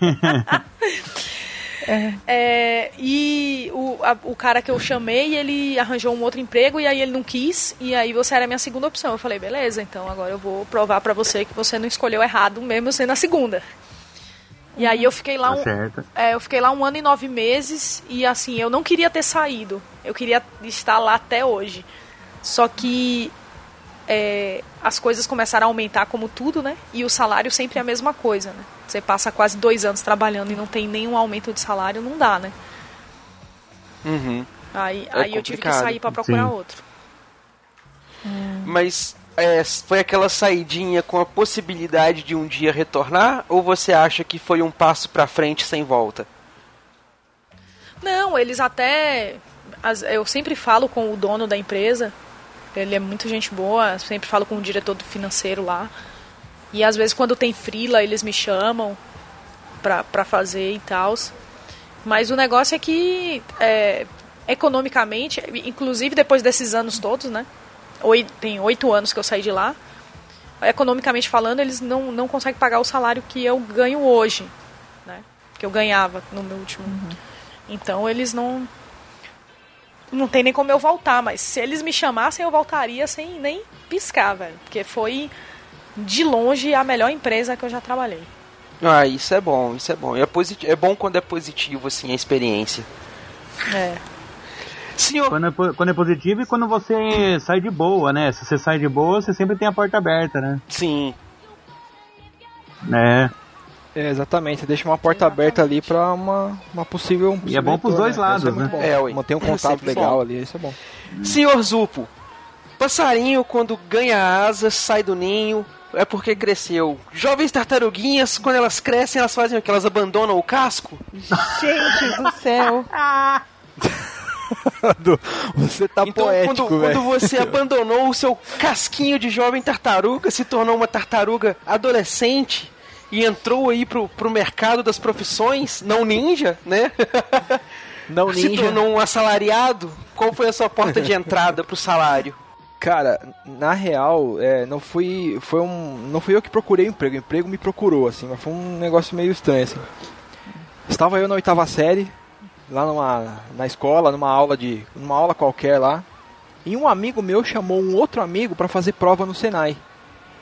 é. É, e o, a, o cara que eu chamei, ele arranjou um outro emprego e aí ele não quis. E aí você era a minha segunda opção. Eu falei, beleza, então agora eu vou provar pra você que você não escolheu errado, mesmo sendo a segunda. E aí eu fiquei lá um, é, eu fiquei lá um ano e nove meses e assim, eu não queria ter saído. Eu queria estar lá até hoje. Só que é, as coisas começaram a aumentar como tudo, né? E o salário sempre é a mesma coisa, né? Você passa quase dois anos trabalhando e não tem nenhum aumento de salário, não dá, né? Uhum. Aí, é aí eu tive que sair para procurar Sim. outro. Hum. Mas... É, foi aquela saidinha com a possibilidade de um dia retornar? Ou você acha que foi um passo pra frente sem volta? Não, eles até... Eu sempre falo com o dono da empresa. Ele é muito gente boa. Sempre falo com o diretor financeiro lá. E às vezes quando tem freela, eles me chamam pra, pra fazer e tal. Mas o negócio é que... É, economicamente, inclusive depois desses anos todos, né? Tem oito anos que eu saí de lá. Economicamente falando, eles não, não conseguem pagar o salário que eu ganho hoje, né? Que eu ganhava no meu último. Uhum. Então eles não não tem nem como eu voltar, mas se eles me chamassem eu voltaria sem nem piscar, velho, porque foi de longe a melhor empresa que eu já trabalhei. Ah, isso é bom, isso é bom. É, posit... é bom quando é positivo assim a experiência. É. Senhor... Quando, é, quando é positivo e quando você sai de boa, né? Se você sai de boa, você sempre tem a porta aberta, né? Sim. É. É, exatamente. Você deixa uma porta exatamente. aberta ali pra uma, uma possível... Um e é bom pros dois né? lados, né? É, ué. Manter um contato é legal bom. ali, isso é bom. Senhor Zupo, passarinho quando ganha asas, sai do ninho, é porque cresceu. Jovens tartaruguinhas, quando elas crescem, elas fazem o que? Elas abandonam o casco? Gente do céu! Você tá então, poético, quando, quando você abandonou o seu casquinho de jovem tartaruga, se tornou uma tartaruga adolescente e entrou aí pro, pro mercado das profissões, não ninja, né? Não ninja. Se tornou um assalariado, qual foi a sua porta de entrada pro salário? Cara, na real, é, não fui, foi um, não fui eu que procurei o emprego, o emprego me procurou, assim, mas foi um negócio meio estranho, assim. Estava eu na oitava série, lá numa, na escola, numa aula de, numa aula qualquer lá, e um amigo meu chamou um outro amigo para fazer prova no Senai.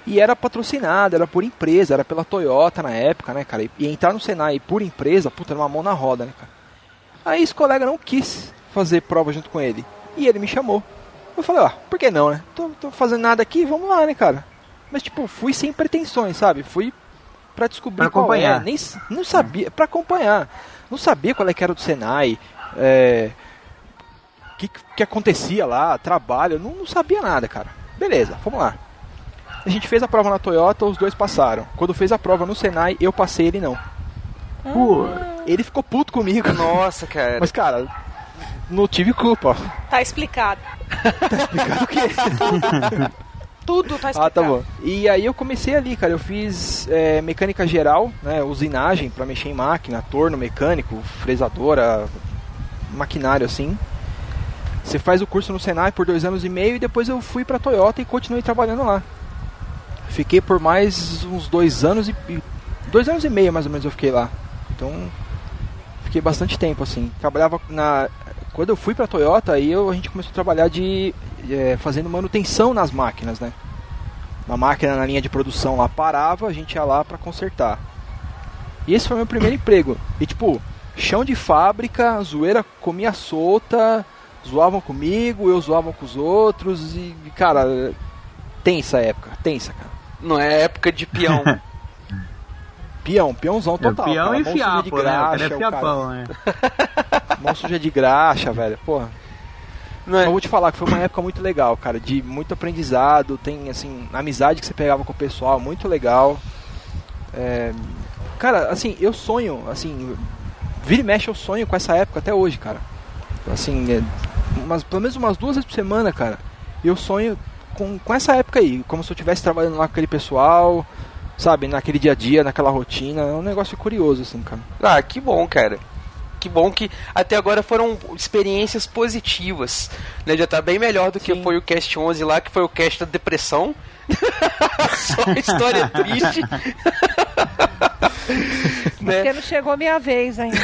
E era patrocinado, era por empresa, era pela Toyota na época, né, cara? E, e entrar no Senai por empresa, puta, era uma mão na roda, né, cara? Aí esse colega não quis fazer prova junto com ele. E ele me chamou. Eu falei, ó, por que não, né? Tô, tô fazendo nada aqui, vamos lá, né, cara? Mas, tipo, fui sem pretensões, sabe? Fui pra descobrir pra qual acompanhar. é. Nem, não sabia, pra acompanhar. Não sabia qual é que era do Senai, é... O que, que acontecia lá, trabalho, não, não sabia nada, cara. Beleza, vamos lá. A gente fez a prova na Toyota, os dois passaram. Quando fez a prova no Senai, eu passei, ele não. Pô, ele ficou puto comigo. Nossa, cara. Mas, cara, não tive culpa. Tá explicado. Tá explicado o quê? Tudo tá explicado. Ah, tá bom. E aí eu comecei ali, cara. Eu fiz é, mecânica geral, né? Usinagem pra mexer em máquina, torno mecânico, fresadora, maquinário assim. Você faz o curso no Senai por dois anos e meio e depois eu fui pra Toyota e continuei trabalhando lá. Fiquei por mais uns dois anos e... Dois anos e meio mais ou menos eu fiquei lá. Então, fiquei bastante tempo assim. Trabalhava na... Quando eu fui pra Toyota, aí eu, a gente começou a trabalhar de... É, fazendo manutenção nas máquinas, né? Uma máquina na linha de produção lá parava, a gente ia lá pra consertar. E esse foi o meu primeiro emprego. E tipo, chão de fábrica, zoeira comia solta... Zoavam comigo, eu zoava com os outros e, cara, tensa época, tensa, cara. Não é época de peão. Peão, peãozão total. É peão cara. e Mão fiapo, suja de graxa, né? É fiapão, né? Mão suja de graxa, velho, porra. Não é? Eu vou te falar que foi uma época muito legal, cara, de muito aprendizado, tem, assim, amizade que você pegava com o pessoal, muito legal. É... Cara, assim, eu sonho, assim, vira e mexe eu sonho com essa época até hoje, cara. Assim, é... Umas, pelo menos umas duas vezes por semana, cara, eu sonho com, com essa época aí, como se eu estivesse trabalhando lá com aquele pessoal, sabe, naquele dia a dia, naquela rotina. É um negócio curioso, assim, cara. Ah, que bom, cara. Que bom que até agora foram experiências positivas, né? Já tá bem melhor do que Sim. foi o Cast onze lá, que foi o cast da depressão. Só história triste. Né? Porque não chegou a minha vez ainda.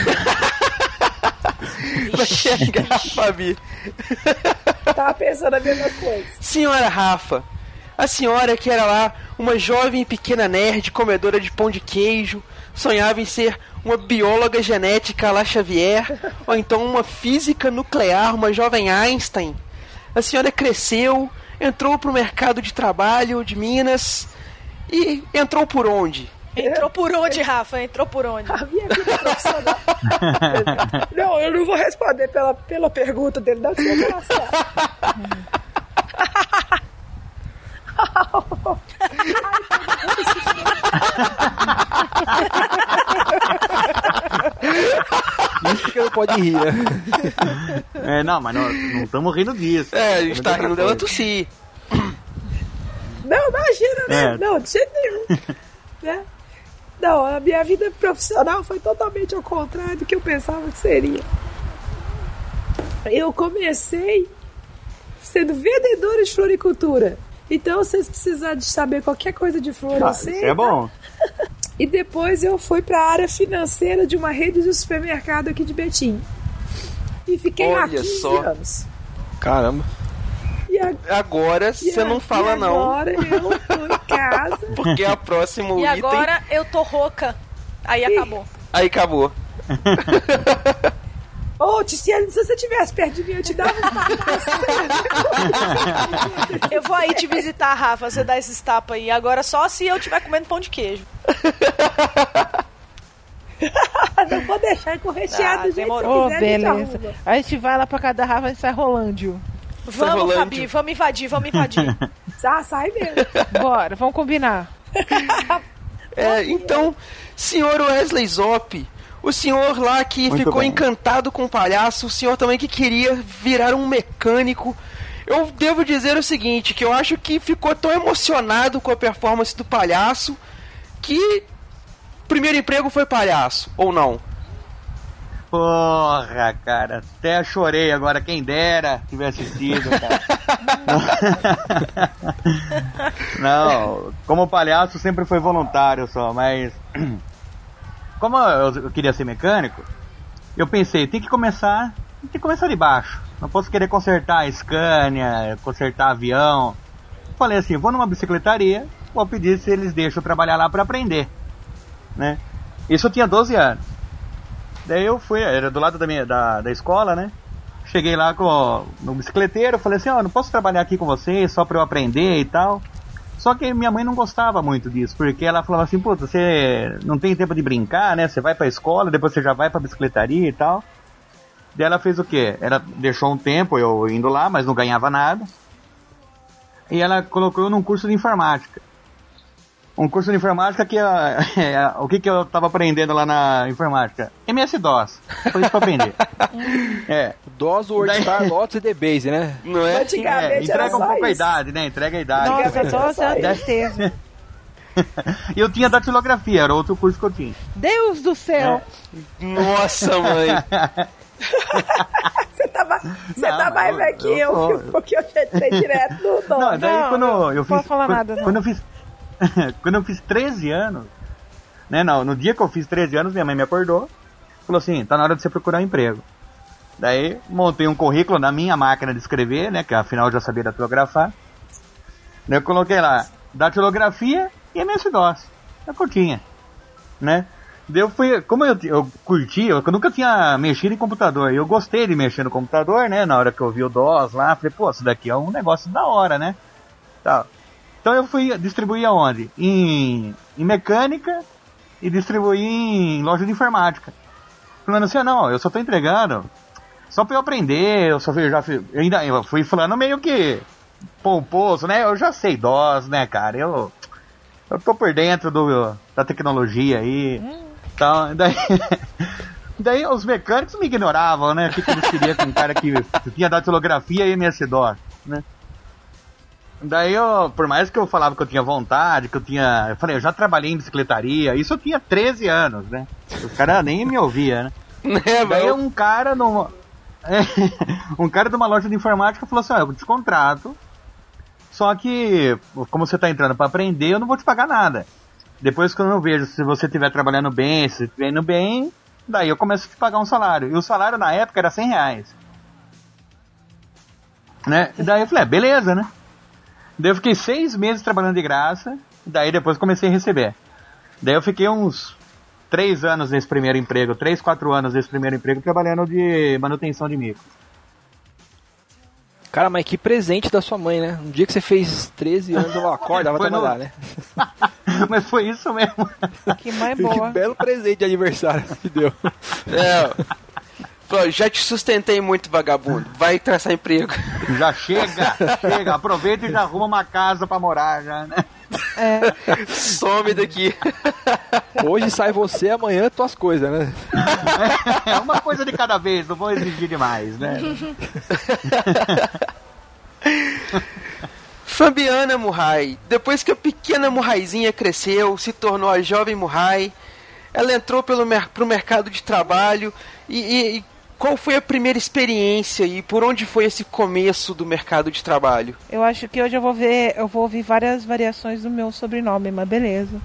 Vai chegar, Fabi. Tava pensando a mesma coisa. Senhora Rafa, a senhora que era lá uma jovem pequena nerd, comedora de pão de queijo, sonhava em ser uma bióloga genética à la Xavier, ou então uma física nuclear, uma jovem Einstein. A senhora cresceu, entrou pro mercado de trabalho de Minas e entrou por onde? Entrou por onde, Rafa? Entrou por onde? A minha vida profissional. Não, eu não vou responder pela, pela pergunta dele, não sei engraçado. Isso que não pode rir, né? É, não, mas não estamos rindo disso. É, a gente tá rindo dela tossir. Não, imagina, né? É. Não, de jeito nenhum. Né? Não, a minha vida profissional foi totalmente ao contrário do que eu pensava que seria. Eu comecei sendo vendedora de floricultura. Então, se vocês precisarem de saber qualquer coisa de flor, Ah, eu sei. isso é bom. E depois eu fui para a área financeira de uma rede de supermercado aqui de Betim. E fiquei lá Olha quinze só. anos. Caramba. E a- Agora e você a- não fala e não, agora eu tô em casa. porque a próximo E item... agora eu tô rouca. Aí acabou. Aí acabou. Ô, Tiziane, se você tivesse perto de mim, eu te dava um tapa. Eu vou aí te visitar, Rafa, você dá esses tapas aí. Agora só se eu estiver comendo pão de queijo. Não vou deixar com recheado Ah, do jeito que demorou. Ô, você quiser, a gente beleza. arruma. Aí a gente vai lá pra casa da Rafa e sai rolando. Vamos, rolando. Fabi, vamos invadir, vamos invadir. Ah, sai mesmo. Bora, vamos combinar. É, então, senhor Wesley Zop, o senhor lá que Muito ficou bem. encantado com o palhaço, o senhor também que queria virar um mecânico. Eu devo dizer o seguinte, que eu acho que ficou tão emocionado com a performance do palhaço que o primeiro emprego foi palhaço, ou não? Porra, cara, até chorei agora, quem dera tivesse sido, cara. Não, como palhaço sempre foi voluntário só, mas como eu, eu queria ser mecânico, eu pensei, tem que começar, tem que começar de baixo. Não posso querer consertar a Scania, consertar avião. Falei assim, vou numa bicicletaria vou pedir se eles deixam eu trabalhar lá para aprender, né? Isso eu tinha doze anos. Daí eu fui, era do lado da, minha, da, da escola, né? Cheguei lá com, no bicicleteiro, falei assim, ó, oh, não posso trabalhar aqui com vocês só para eu aprender e tal. Só que minha mãe não gostava muito disso, porque ela falava assim, puta, você não tem tempo de brincar, né? Você vai pra escola, depois você já vai pra bicicletaria e tal. Daí ela fez o quê? Ela deixou um tempo eu indo lá, mas não ganhava nada. E ela colocou eu num curso de informática. Um curso de informática que... A, é, o que que eu tava aprendendo lá na informática? M S DOS. Foi isso pra aprender. é. DOS, WordStar, Lotus e DBase, né? Não é? é entrega um pouco isso. a idade, né? Entrega a idade. Nossa, DOS é uma tristeza. E eu tinha datilografia, era outro curso que eu tinha. Deus do céu! É. Nossa, mãe! Você tava, você não, tá mais velho que eu, eu porque eu entrei direto no DOS. Não, daí não, quando eu, eu fiz... Não falar quando, nada, não. Quando eu fiz... quando eu fiz treze anos, né, não, no dia que eu fiz treze anos, minha mãe me acordou, falou assim, tá na hora de você procurar um emprego. Daí montei um currículo na minha máquina de escrever, né, que afinal eu já sabia datilografar. Daí eu coloquei lá, datilografia e M S DOS, é curtinha, né. Daí eu fui, como eu, eu curti, eu nunca tinha mexido em computador, e eu gostei de mexer no computador, né, na hora que eu vi o DOS lá, falei, pô, isso daqui é um negócio da hora, né, tal. Então eu fui distribuir aonde? Em, em mecânica e distribuir em loja de informática. Falando assim, ah, não, eu só tô entregando só pra eu aprender, eu só fui, já fui, eu ainda eu fui falando meio que pomposo, né? Eu já sei DOS, né, cara? Eu, eu tô por dentro do, da tecnologia aí. Hum. Então, daí, daí os mecânicos me ignoravam, né? O que, que eles queriam com um cara que tinha datilografia e M S DOS, né? Daí eu, por mais que eu falava que eu tinha vontade, que eu tinha... Eu falei, eu já trabalhei em bicicletaria, isso eu tinha treze anos, né? Os caras nem me ouviam, né? É, daí um cara numa... um cara de uma loja de informática falou assim, ó, eu te contrato, só que, como você tá entrando pra aprender, eu não vou te pagar nada. Depois que eu não vejo se você estiver trabalhando bem, se estiver indo bem, daí eu começo a te pagar um salário. E o salário na época era cem reais. Né? E daí eu falei, é, beleza, né? Daí eu fiquei seis meses trabalhando de graça, daí depois comecei a receber. Daí eu fiquei uns três anos nesse primeiro emprego, três, quatro anos nesse primeiro emprego trabalhando de manutenção de micro. Cara, mas que presente da sua mãe, né? Um dia que você fez treze anos, ela acorda, vai trabalhar, no... né? Mas foi isso mesmo. Que mãe boa. Que belo presente de aniversário que deu. É, já te sustentei muito, vagabundo. Vai traçar emprego. Já chega, chega. Aproveita e já arruma uma casa pra morar, já, né? É. Some daqui. Hoje sai você, amanhã tuas coisas, né? É uma coisa de cada vez, não vou exigir demais, né? Fabiana Murray, depois que a pequena Murrayzinha cresceu, se tornou a jovem Murray, ela entrou pelo mer- pro mercado de trabalho e, e, e qual foi a primeira experiência e por onde foi esse começo do mercado de trabalho? Eu acho que hoje eu vou ver, eu vou ouvir várias variações do meu sobrenome, mas beleza.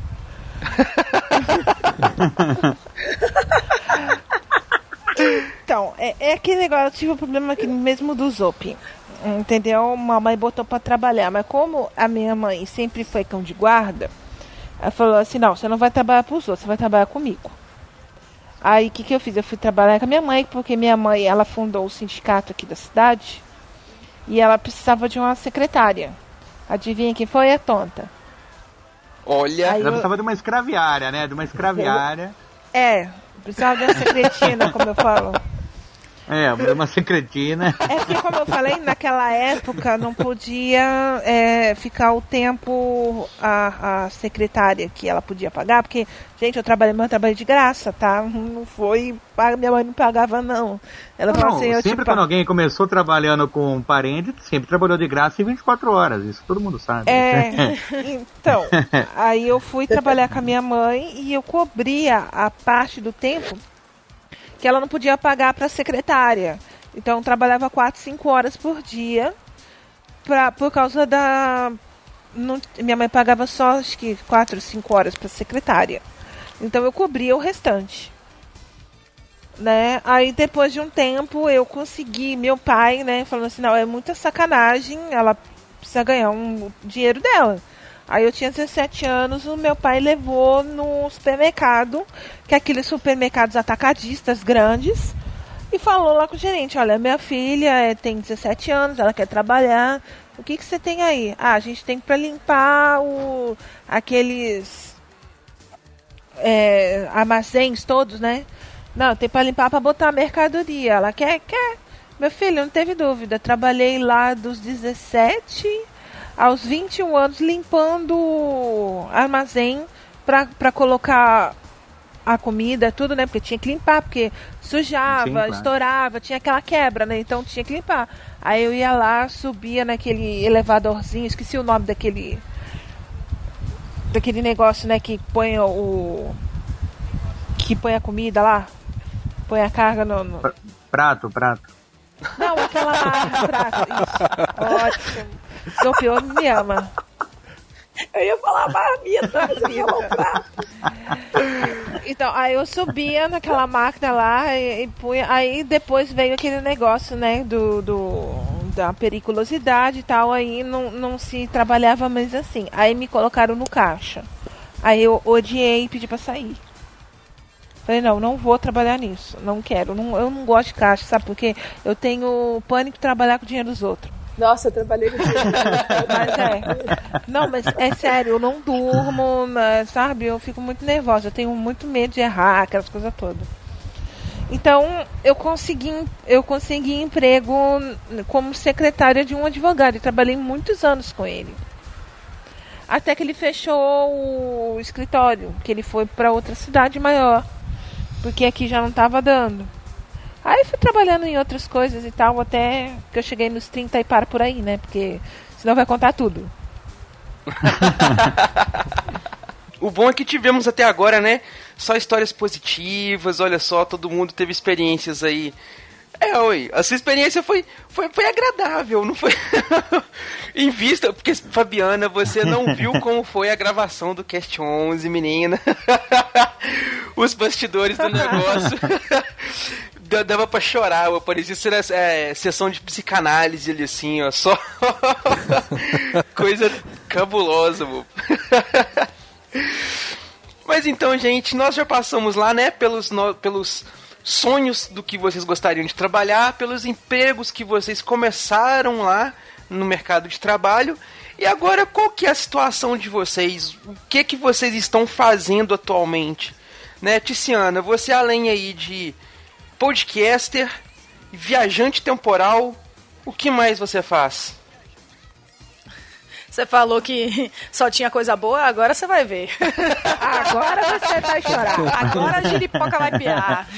Então, é, é aquele negócio, eu tive um problema aqui mesmo do Zop. Entendeu? Mamãe botou pra trabalhar, mas como a minha mãe sempre foi cão de guarda, ela falou assim, não, você não vai trabalhar pros outros, você vai trabalhar comigo. Aí o que, que eu fiz? Eu fui trabalhar com a minha mãe, porque minha mãe, ela fundou o sindicato aqui da cidade e ela precisava de uma secretária. Adivinha quem foi? A tonta. Olha, Aí ela eu... precisava de uma escraviária, né? De uma escraviária. É, precisava de uma secretina, como eu falo. É, uma secretina. É porque, como eu falei, naquela época não podia é, ficar o tempo a, a secretária que ela podia pagar, porque, gente, eu trabalhei, mas eu trabalhei de graça, tá? Não foi, minha mãe não pagava, não. Ela não, falou assim, eu sempre te quando alguém começou trabalhando com um parente, sempre trabalhou de graça em vinte e quatro horas, isso todo mundo sabe. É, então, aí eu fui trabalhar com a minha mãe e eu cobria a parte do tempo que ela não podia pagar para a secretária. Então, eu trabalhava quatro, cinco horas por dia pra, por causa da... Não, minha mãe pagava só, acho que quatro, cinco horas para a secretária. Então, eu cobria o restante. Né? Aí, depois de um tempo, eu consegui... Meu pai, né, falando assim, não, é muita sacanagem, ela precisa ganhar um dinheiro dela. Aí eu tinha dezessete anos, o meu pai levou no supermercado, que é aqueles supermercados atacadistas grandes, e falou lá com o gerente, olha, minha filha tem dezessete anos, ela quer trabalhar, o que, que você tem aí? Ah, a gente tem para limpar o, aqueles é, armazéns todos, né? Não, tem para limpar para botar a mercadoria. Ela quer, quer. Meu filho, não teve dúvida, trabalhei lá dos dezessete aos vinte e um anos limpando armazém para colocar a comida, tudo, né? Porque tinha que limpar, porque sujava, Sim, claro. estourava, tinha aquela quebra, né? Então tinha que limpar. Aí eu ia lá, subia naquele elevadorzinho, esqueci o nome daquele daquele negócio, né? Que põe o que põe a comida lá, põe a carga no... no... Prato, prato. Não, aquela prato, isso. Ótimo. Zopiô me ama. Eu ia falar marmita, mas ia falar prato. Então, aí eu subia naquela máquina lá e, e punha. Aí depois veio aquele negócio, né, do, do, da periculosidade e tal. Aí não, não se trabalhava mais assim. Aí me colocaram no caixa. Aí eu odiei e pedi pra sair. Falei, não, não vou trabalhar nisso. Não quero. Não, eu não gosto de caixa, sabe? Porque eu tenho pânico de trabalhar com o dinheiro dos outros. Nossa, eu trabalhei com dinheiro. Mas é. Não, mas é sério, eu não durmo, mas, sabe? Eu fico muito nervosa. Eu tenho muito medo de errar, aquelas coisas todas. Então, eu consegui, eu consegui emprego como secretária de um advogado. E trabalhei muitos anos com ele. Até que ele fechou o escritório, que ele foi para outra cidade maior. Porque aqui já não estava dando. Aí fui trabalhando em outras coisas e tal, até que eu cheguei nos trinta e paro por aí, né? Porque senão vai contar tudo. O bom é que tivemos até agora, né? Só histórias positivas, olha só, todo mundo teve experiências aí. É, oi, a sua experiência foi, foi, foi agradável, não foi? Em vista, porque, Fabiana, você não viu como foi a gravação do Cast onze, menina. Os bastidores do negócio. Dava pra chorar, parecia ser é, sessão de psicanálise ali assim, ó, só coisa cabulosa, vô. Mas então, gente, nós já passamos lá, né, pelos, no, pelos sonhos do que vocês gostariam de trabalhar, pelos empregos que vocês começaram lá no mercado de trabalho, e agora qual que é a situação de vocês? O que que vocês estão fazendo atualmente? Né, Tiziana, você além aí de podcaster, viajante temporal, o que mais você faz? Você falou que só tinha coisa boa, agora você vai ver. Agora você vai chorar. Agora a giripoca vai piar.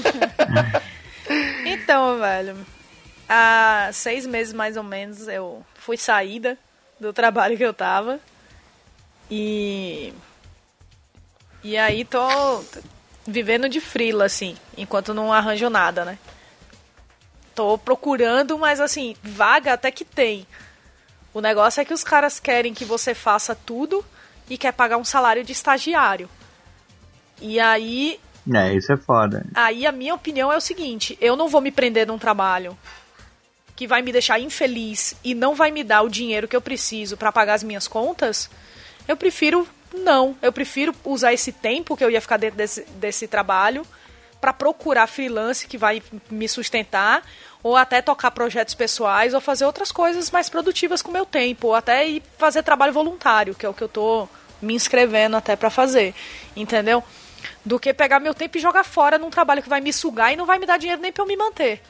Então, velho, há seis meses mais ou menos eu fui saída do trabalho que eu tava. E... E aí tô... vivendo de freela, assim, enquanto não arranjo nada, né? Tô procurando, mas assim, vaga até que tem. O negócio é que os caras querem que você faça tudo e quer pagar um salário de estagiário. E aí... É, isso é foda. Aí a minha opinião é o seguinte, eu não vou me prender num trabalho que vai me deixar infeliz e não vai me dar o dinheiro que eu preciso pra pagar as minhas contas. Eu prefiro... Não, eu prefiro usar esse tempo que eu ia ficar dentro desse, desse trabalho para procurar freelance que vai me sustentar, ou até tocar projetos pessoais, ou fazer outras coisas mais produtivas com o meu tempo, ou até ir fazer trabalho voluntário, que é o que eu tô me inscrevendo até para fazer, entendeu? Do que pegar meu tempo e jogar fora num trabalho que vai me sugar e não vai me dar dinheiro nem para eu me manter.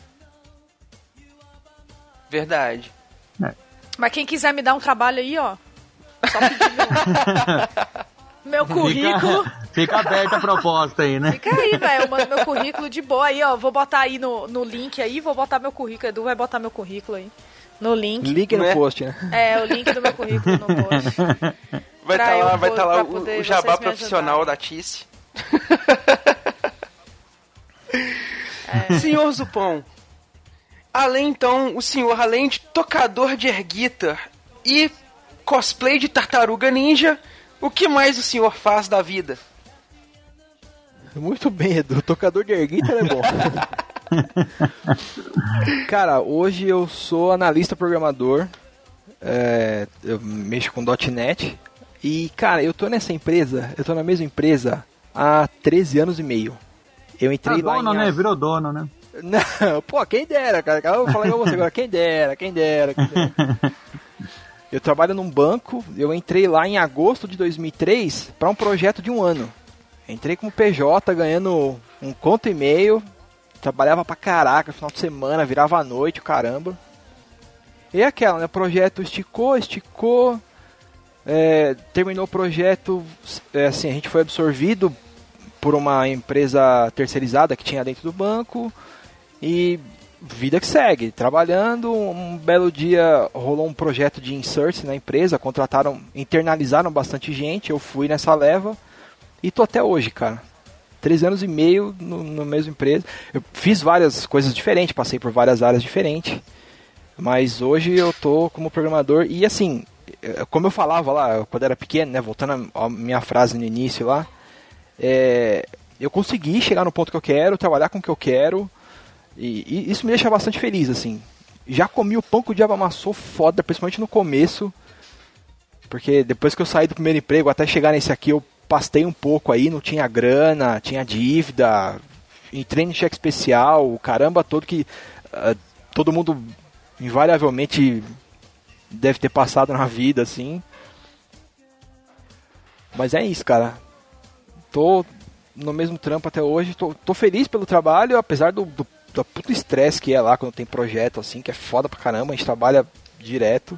Verdade. É. Mas quem quiser me dar um trabalho aí, ó, só pedir meu, meu currículo. Fica, fica aberta a proposta aí, né? Fica aí, velho. Eu mando meu currículo de boa aí, ó. Vou botar aí no, no link aí, vou botar meu currículo. Edu vai botar meu currículo aí. No link. Link no né? post, né? É, o link do meu currículo no post. Vai estar tá lá, vai tá lá o, o jabá profissional da Tice. É. Senhor Zupão, além então, o senhor, além de tocador de air guitar e cosplay de tartaruga ninja, o que mais o senhor faz da vida? Muito bem, Edu. Tocador de air guitar é bom. Cara, hoje eu sou analista programador é, eu mexo com .NET. E, cara, eu tô nessa empresa, eu tô na mesma empresa há treze anos e meio. Eu entrei tá lá dono, em... né? Virou dono, né? Não, pô, quem dera, cara. Eu vou falar com você agora, quem dera, quem dera, quem dera. Eu trabalho num banco, eu entrei lá em agosto de dois mil e três para um projeto de um ano. Entrei como P J, ganhando um conto e meio, trabalhava pra caraca, final de semana, virava à noite, caramba. E aquela, né, o projeto esticou, esticou, é, terminou o projeto, é, assim, a gente foi absorvido por uma empresa terceirizada que tinha dentro do banco e vida que segue, trabalhando. Um belo dia rolou um projeto de insert na empresa, contrataram, internalizaram bastante gente, eu fui nessa leva e tô até hoje, cara. Três anos e meio no, no mesmo empresa. Eu fiz várias coisas diferentes, passei por várias áreas diferentes, mas hoje eu tô como programador e assim, como eu falava lá, quando era pequeno, né, voltando à minha frase no início lá, É, eu consegui chegar no ponto que eu quero, trabalhar com o que eu quero, e, e isso me deixa bastante feliz, assim. Já comi o pão que o diabo amassou foda, principalmente no começo, porque depois que eu saí do primeiro emprego, até chegar nesse aqui, eu pastei um pouco aí, não tinha grana, tinha dívida, entrei no cheque especial, o caramba todo que uh, todo mundo invariavelmente deve ter passado na vida, assim. Mas é isso, cara. Tô no mesmo trampo até hoje, tô, tô feliz pelo trabalho, apesar do, do, do puto estresse que é lá quando tem projeto, assim, que é foda pra caramba, a gente trabalha direto.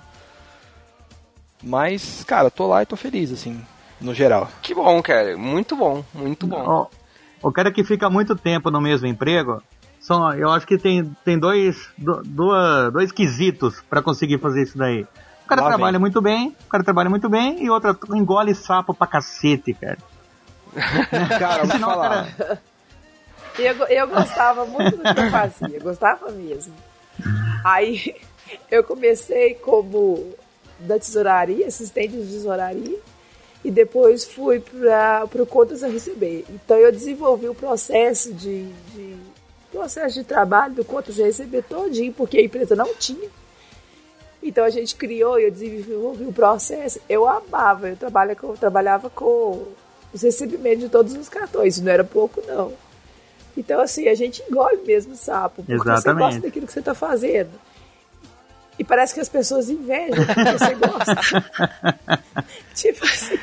Mas, cara, tô lá e tô feliz, assim, no geral. Que bom, cara, muito bom, muito bom. O, o cara que fica muito tempo no mesmo emprego, são, eu acho que tem, tem dois, do, dois, dois quesitos pra conseguir fazer isso daí. O cara lá trabalha vem. muito bem, o cara trabalha muito bem, e outro engole sapo pra cacete, cara. Cara, vou falar. Cara, eu, eu gostava muito do que eu fazia, gostava mesmo. Aí eu comecei como da tesouraria, assistente de tesouraria, e depois fui para o contas a receber. Então eu desenvolvi o processo de, de processo de trabalho do contas a receber todinho, porque a empresa não tinha. Então a gente criou e eu desenvolvi o processo. Eu amava, eu, trabalha com, eu trabalhava com os recebimentos de todos os cartões, não era pouco não. Então assim, a gente engole mesmo o sapo, porque Exatamente. Você gosta daquilo que você está fazendo. E parece que as pessoas invejam porque você gosta. Tipo assim,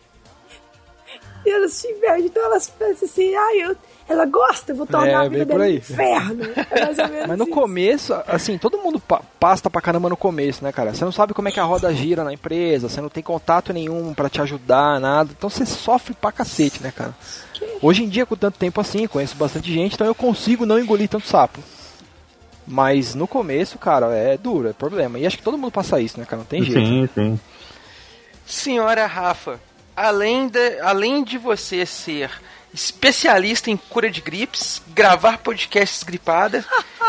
e elas te invejam, então elas pensam assim, ah, eu, ela gosta, eu vou tornar é, a vida dela um inferno. É mais ou menos Mas no isso. começo, assim, todo mundo pa- pasta pra caramba no começo, né, cara? Você não sabe como é que a roda gira na empresa, você não tem contato nenhum pra te ajudar, nada. Então você sofre pra cacete, né, cara? Que? Hoje em dia, com tanto tempo assim, conheço bastante gente, então eu consigo não engolir tanto sapo. Mas no começo, cara, é duro, é problema. E acho que todo mundo passa isso, né, cara? Não tem jeito. Sim, sim. Senhora Rafa, além de, além de você ser especialista em cura de gripes, gravar podcasts gripada,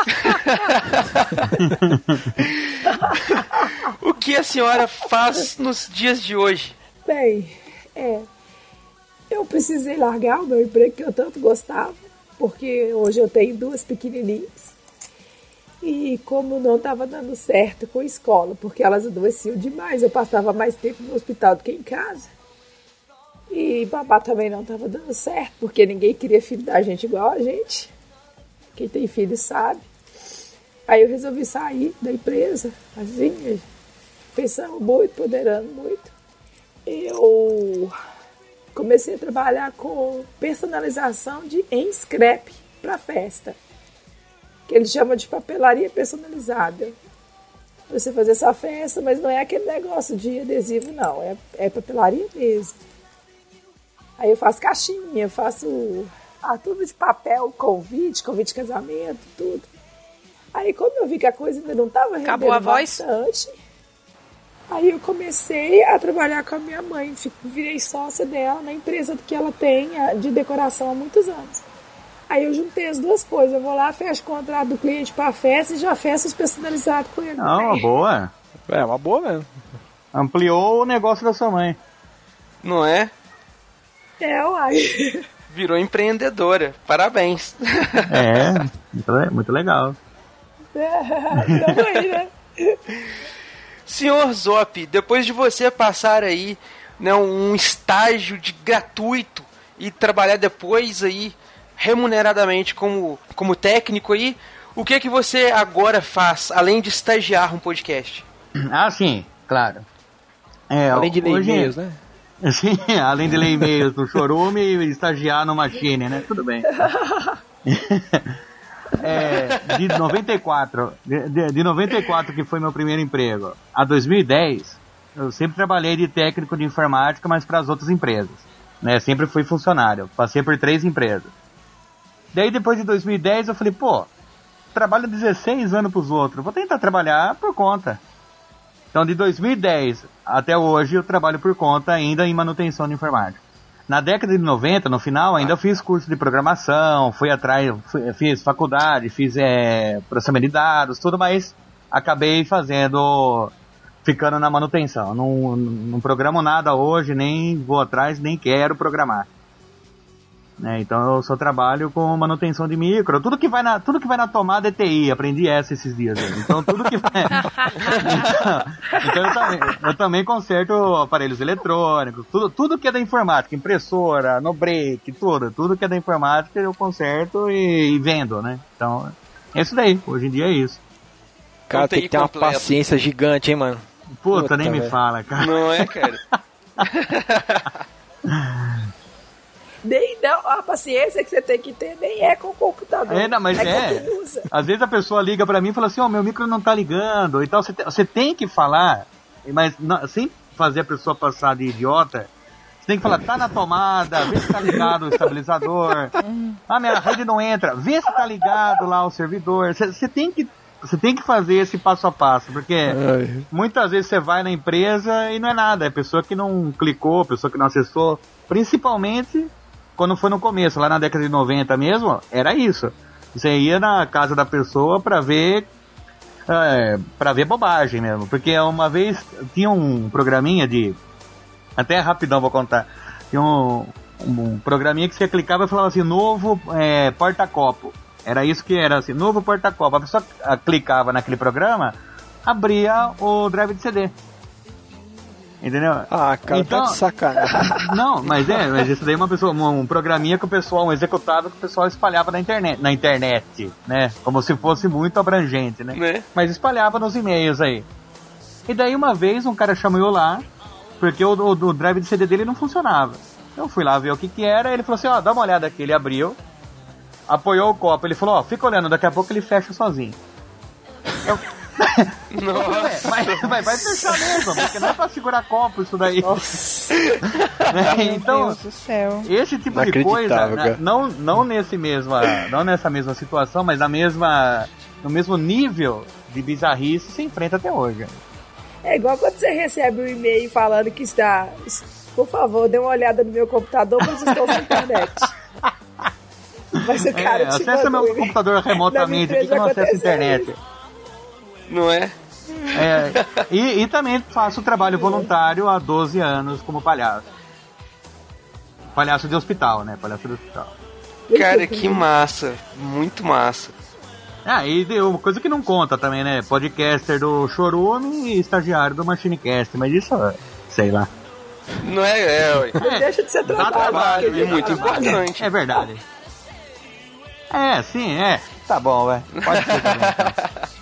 o que a senhora faz nos dias de hoje? Bem, é, eu precisei largar o meu emprego que eu tanto gostava, porque hoje eu tenho duas pequenininhas. E como não estava dando certo com a escola, porque elas adoeciam demais, eu passava mais tempo no hospital do que em casa. E babá também não estava dando certo, porque ninguém queria filho da gente igual a gente. Quem tem filho sabe. Aí eu resolvi sair da empresa, assim, pensando muito, ponderando muito. Eu comecei a trabalhar com personalização de em scrap para festa, que eles chamam de papelaria personalizada. Você fazer essa festa, mas não é aquele negócio de adesivo, não. É, é papelaria mesmo. Aí eu faço caixinha, faço ah, tudo de papel, convite, convite de casamento, tudo. Aí como eu vi que a coisa ainda não estava rendendo a voz? bastante, aí eu comecei a trabalhar com a minha mãe. Virei sócia dela na empresa que ela tem de decoração há muitos anos. Aí eu juntei as duas coisas. Eu vou lá, fecho o contrato do cliente para a festa e já fecho os personalizados com ele. Não, uma boa. É, uma boa mesmo. Ampliou o negócio da sua mãe. Não é? É, uai. Virou empreendedora. Parabéns. É, muito, muito legal. É, então aí, né? Senhor Zop, depois de você passar aí, né, um estágio de gratuito e trabalhar depois aí remuneradamente como, como técnico aí, o que é que você agora faz, além de estagiar um podcast? Ah, sim, claro. É, Além de ler hoje, e-mails, né? Sim, além de ler e-mails do Chorume e estagiar no Machine, né? Tudo bem. É, de noventa e quatro, de, de, de noventa e quatro, que foi meu primeiro emprego, a dois mil e dez, eu sempre trabalhei de técnico de informática, mas para as outras empresas, né? Sempre fui funcionário, passei por três empresas. Daí depois de dois mil e dez eu falei, pô, trabalho dezesseis anos pros outros, vou tentar trabalhar por conta. Então de dois mil e dez até hoje eu trabalho por conta ainda em manutenção de informática. Na década de noventa, no final, ainda fiz curso de programação, fui atrás, fui, fiz faculdade, fiz é, processamento de dados, tudo, mas acabei fazendo, ficando na manutenção. Não, não programo nada hoje, nem vou atrás, nem quero programar. É, então eu só trabalho com manutenção de micro, tudo que vai na, tudo que vai na tomada é T I, aprendi essa esses dias. Então tudo que vai... então, então eu, também, eu também conserto aparelhos eletrônicos, tudo, tudo que é da informática, impressora, no break, tudo, tudo que é da informática eu conserto e, e vendo, né? Então é isso daí, hoje em dia é isso. Cara, tem que ter uma paciência gigante, hein, mano? Puta, Puta nem véio. me fala, cara. Não é, cara? Nem não, a paciência que você tem que ter nem é com o computador. É, não, mas é. é. Às vezes a pessoa liga pra mim e fala assim, ó, oh, meu micro não tá ligando e tal. Você tem, você tem que falar, mas não, sem fazer a pessoa passar de idiota, você tem que falar, tá na tomada, vê se tá ligado o estabilizador. Ah, minha rede não entra, vê se tá ligado lá o servidor. Você, você tem que Você tem que fazer esse passo a passo, porque Ai. muitas vezes você vai na empresa e não é nada, é pessoa que não clicou, pessoa que não acessou, principalmente quando foi no começo, lá na década de noventa mesmo, era isso. Você ia na casa da pessoa pra ver, é, pra ver bobagem mesmo, porque uma vez tinha um programinha de, até rapidão vou contar, tinha um, um programinha que você clicava e falava assim, novo é, porta-copo. Era isso que era, assim, novo porta-copo. A pessoa clicava naquele programa, abria o drive de C D. Entendeu? Ah, cara, então, tá de sacanagem. Não, mas é, mas isso daí é uma pessoa, um programinha que o pessoal, um executável que o pessoal espalhava na internet, na internet, né? Como se fosse muito abrangente, né? né? Mas espalhava nos e-mails aí. E daí uma vez um cara chamou eu lá, porque o, o, o drive de C D dele não funcionava. Eu fui lá ver o que que era, ele falou assim, ó, dá uma olhada aqui. Ele abriu, apoiou o copo, ele falou, ó, fica olhando, daqui a pouco ele fecha sozinho. Eu... Nossa. Mas vai, vai fechar mesmo, porque não é pra segurar copo isso daí. Então, meu Deus do céu. Esse tipo de coisa, né, não, não, nesse mesma, não nessa mesma situação, mas na mesma, no mesmo nível de bizarrice se enfrenta até hoje. É igual quando você recebe um e-mail falando que está, por favor, dê uma olhada no meu computador, mas estou sem internet. Mas o cara é, acessa meu computador remotamente, aqui que eu não acesso a internet. Isso. Não é? É, e, e também faço trabalho voluntário há doze anos como palhaço. Palhaço de hospital, né? Palhaço de hospital. Cara, que massa. Muito massa. Ah, e uma coisa que não conta também, né? Podcaster do Chorume e estagiário do Machinecast. Mas isso, sei lá. Não é, é, é deixa de ser trabalho. trabalho é muito importante. É verdade. É, sim, é. Tá bom, velho. Pode ser também.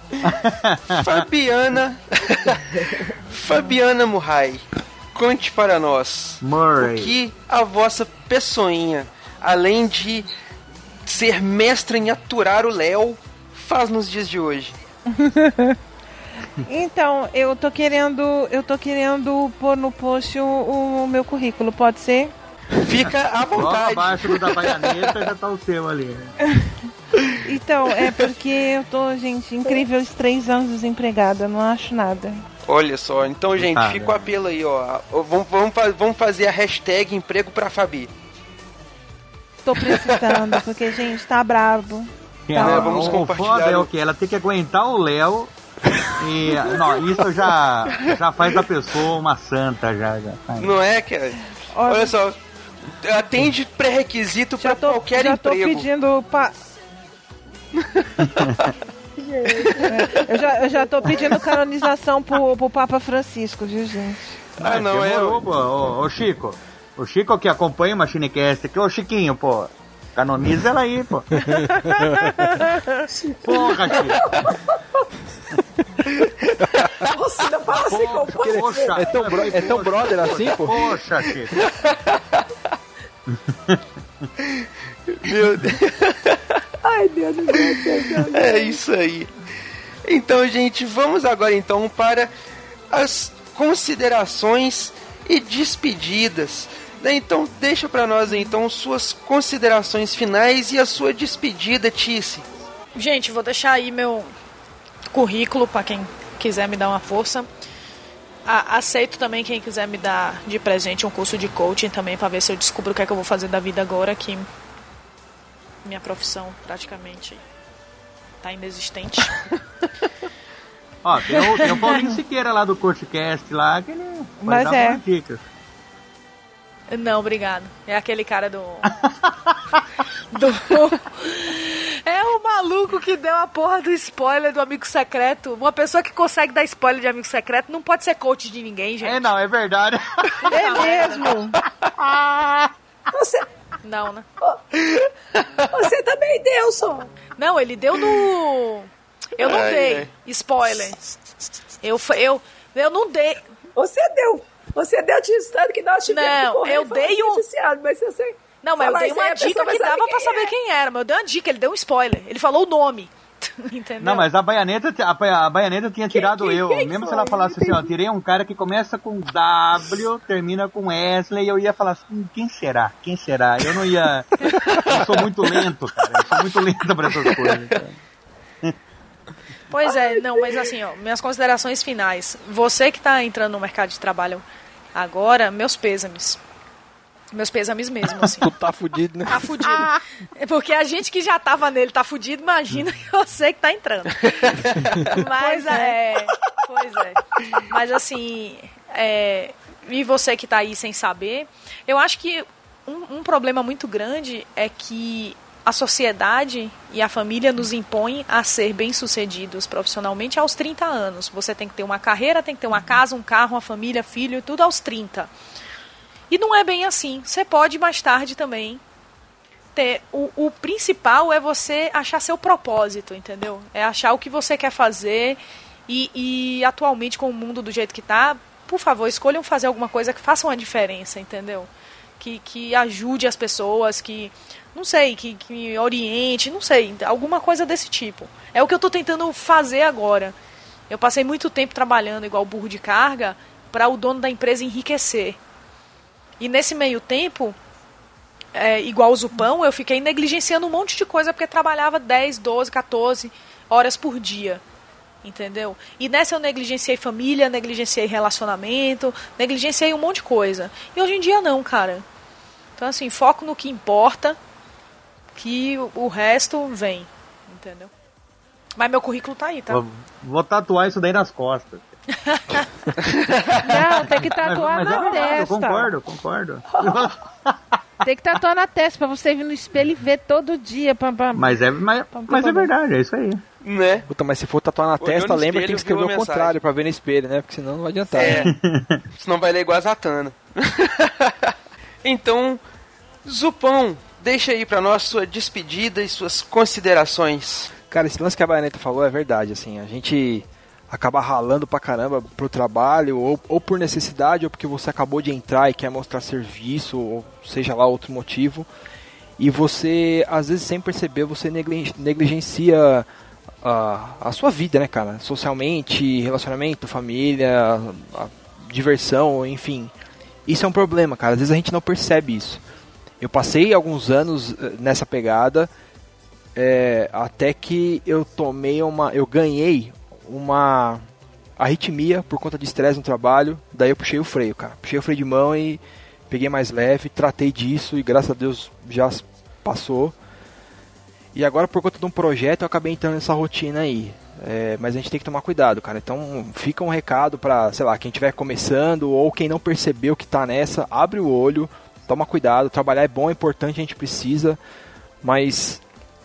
Fabiana Fabiana Murray, conte para nós Murray. O que a vossa pessoinha, além de ser mestra em aturar o Léo, faz nos dias de hoje. Então, eu tô querendo eu tô querendo pôr no post o, o meu currículo, pode ser? Fica à vontade. Logo abaixo do da baianeta já tá o seu ali, né? Então, é porque eu tô, gente, incríveis três anos desempregada, não acho nada. Olha só, então, gente, ah, fica o apelo aí, ó. Vamos, vamos, vamos fazer a hashtag emprego pra Fabi. Tô precisando, porque, gente, tá brabo. Tá. É, vamos o compartilhar. Foda é o que? Ela tem que aguentar o Léo. E não, isso já, já faz da pessoa uma santa, já. já não é, cara? Olha, Olha só, atende pré-requisito pra tô, qualquer já emprego. Já tô pedindo pra... gente. É, eu, já, eu já tô pedindo canonização pro, pro Papa Francisco, viu, gente? Ah, não, é... Ô, ô, ô, Chico. O Chico que acompanha o MachineCast aqui, ô Chiquinho, pô. Canoniza ela aí, pô. Porra, Chico. Você não fala assim com o Poxa, É tão, bro- é tão brother assim, pô? Poxa, Chico. Meu Deus. Ai, Deus do céu. É isso aí. Então, gente, vamos agora então para as considerações e despedidas. Então, deixa para nós então suas considerações finais e a sua despedida, Tice. Gente, vou deixar aí meu currículo para quem quiser me dar uma força. A- aceito também quem quiser me dar de presente um curso de coaching também, para ver se eu descubro o que é que eu vou fazer da vida agora, que minha profissão praticamente tá inexistente. Ó, tem o, tem o Paulinho Siqueira lá do CoachCast lá, que ele vai Mas dar é. umas dicas. Não, obrigado. É aquele cara do... do... É o maluco que deu a porra do spoiler do Amigo Secreto. Uma pessoa que consegue dar spoiler de Amigo Secreto não pode ser coach de ninguém, gente. É, não, é verdade. É mesmo? Você, Não, né? você também deu, só. Não, ele deu no... Eu não Ai, dei ai. spoiler. Eu, fa- eu, eu não dei... Você deu. Você deu distante que nós tivemos Não, que correr eu e falar dei um- noticiado, mas você... Não, mas eu falar dei isso aí, uma a pessoa dica vai que saber dava pra quem saber é. quem era, mas eu dei uma dica, ele deu um spoiler. Ele falou o nome. Entendeu? Não, mas a baianeta, a, ba- a baianeta tinha tirado quem- eu. quem Mesmo se foi? ela falasse Não assim, ó, tirei um cara que começa com W, termina com Wesley, eu ia falar assim, "Hum, quem será? Quem será? Eu não ia... Eu sou muito lento, cara. Eu sou muito lento pra essas coisas. Cara. Pois é, não, mas assim, ó, minhas considerações finais. Você que tá entrando no mercado de trabalho agora, meus pêsames. Meus pêsames mesmo, assim. Tu tá fudido, né? Tá fudido. É porque a gente que já tava nele tá fudido, imagina você que tá entrando. Mas é. Pois é. Mas assim, é, e você que tá aí sem saber, eu acho que um, um problema muito grande é que a sociedade e a família nos impõem a ser bem-sucedidos profissionalmente aos trinta anos. Você tem que ter uma carreira, tem que ter uma casa, um carro, uma família, filho, tudo aos trinta. E não é bem assim. Você pode mais tarde também ter... O, o principal é você achar seu propósito, entendeu? É achar o que você quer fazer e, e atualmente com o mundo do jeito que tá, por favor, escolham fazer alguma coisa que faça uma diferença, entendeu? Que, que ajude as pessoas, que... Não sei, que, que oriente, não sei, alguma coisa desse tipo. É o que eu tô tentando fazer agora. Eu passei muito tempo trabalhando igual burro de carga para o dono da empresa enriquecer. E nesse meio tempo, é, igual o Zupão, eu fiquei negligenciando um monte de coisa porque trabalhava dez, doze, quatorze horas por dia. Entendeu? E nessa eu negligenciei família, negligenciei relacionamento, negligenciei um monte de coisa. E hoje em dia não, cara. Então assim, foco no que importa, que o, o resto vem. Entendeu? Mas meu currículo tá aí, tá? Vou, vou tatuar isso daí nas costas. Não, tem que tatuar mas, mas na é verdade, eu testa. concordo, concordo. Tem que tatuar na testa pra você vir no espelho e ver todo dia. Pra, pra... Mas é, mas, mas é verdade, é isso aí. Né? Puta, mas se for tatuar na Olhou testa, no lembra espelho, que tem que viu escrever a o mensagem. contrário pra ver no espelho, né? Porque senão não vai adiantar. É. né? Senão vai ler igual a Zatanna. Então, Zupão, deixa aí pra nós sua despedida e suas considerações. Cara, esse lance que a Baianeta falou é verdade, assim, a gente acaba ralando pra caramba pro trabalho, ou, ou por necessidade, ou porque você acabou de entrar e quer mostrar serviço, ou seja lá outro motivo, e você, às vezes, sem perceber, você negli- negligencia a, a sua vida, né, cara? Socialmente, relacionamento, família, a diversão, enfim. Isso é um problema, cara, às vezes a gente não percebe isso. Eu passei alguns anos eh, nessa pegada, É, até que eu tomei uma, eu ganhei uma arritmia por conta de estresse no trabalho. Daí eu puxei o freio, cara, puxei o freio de mão e peguei mais leve, tratei disso e graças a Deus já passou. E agora por conta de um projeto eu acabei entrando nessa rotina aí. É, mas a gente tem que tomar cuidado, cara. Então fica um recado pra, sei lá, quem estiver começando ou quem não percebeu que tá nessa, abre o olho, toma cuidado. Trabalhar é bom, é importante, a gente precisa, mas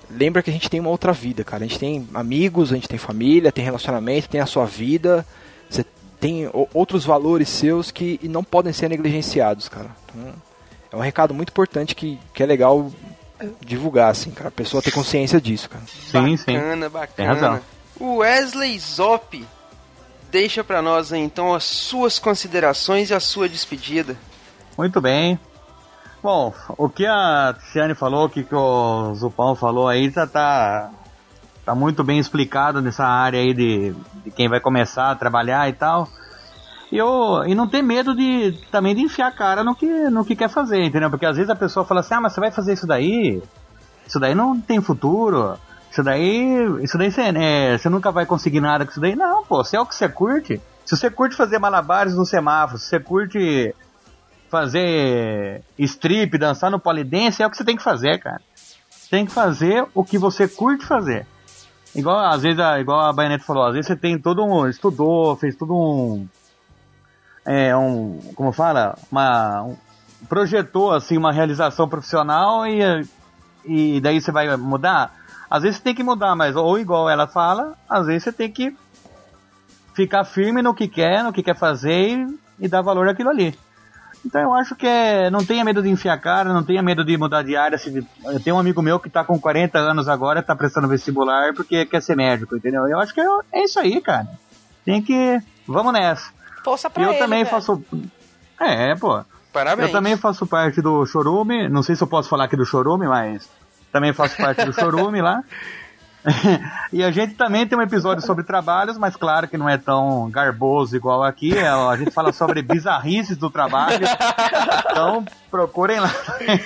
lembra que a gente tem uma outra vida, cara. A gente tem amigos, a gente tem família, tem relacionamento, tem a sua vida. Você tem outros valores seus que não podem ser negligenciados, cara. Então, é um recado muito importante que, que é legal divulgar, assim, cara. A pessoa ter consciência disso, cara. Sim, sim. Bacana, bacana. O Wesley Zop deixa pra nós, então, as suas considerações e a sua despedida. Muito bem. Bom, o que a Tiziane falou, o que, que o Zupão falou aí, tá, tá, tá muito bem explicado nessa área aí de, de quem vai começar a trabalhar e tal. E, eu, e não ter medo de também de enfiar a cara no que, no que quer fazer, entendeu? Porque às vezes a pessoa fala assim, ah, mas você vai fazer isso daí? Isso daí não tem futuro. Isso daí, isso daí você, é, você nunca vai conseguir nada com isso daí. Não, pô, se é o que você curte. Se você curte fazer malabares no semáforo, se você curte fazer strip, dançar no polidense, é o que você tem que fazer, cara. Você tem que fazer o que você curte fazer. Igual, às vezes, igual a Baianeta falou, às vezes você tem todo um, estudou, fez todo um, é, um, como fala, uma, um, projetou, assim, uma realização profissional e, e daí você vai mudar. Às vezes você tem que mudar, mas ou igual ela fala, às vezes você tem que ficar firme no que quer, no que quer fazer e, e dar valor àquilo ali. Então eu acho que é, não tenha medo de enfiar a cara, não tenha medo de mudar de área. Se, eu tenho um amigo meu que tá com quarenta anos agora, tá prestando vestibular porque quer ser médico, entendeu? Eu acho que é, é isso aí, cara. Tem que... Vamos nessa. Força pra eu ele, também velho. faço... É, pô. Parabéns. Eu também faço parte do Chorume, não sei se eu posso falar aqui do Chorume, mas também faço parte do Chorume lá. E a gente também tem um episódio sobre trabalhos, mas claro que não é tão garboso igual aqui. É, a gente fala sobre bizarrices do trabalho. Então procurem lá.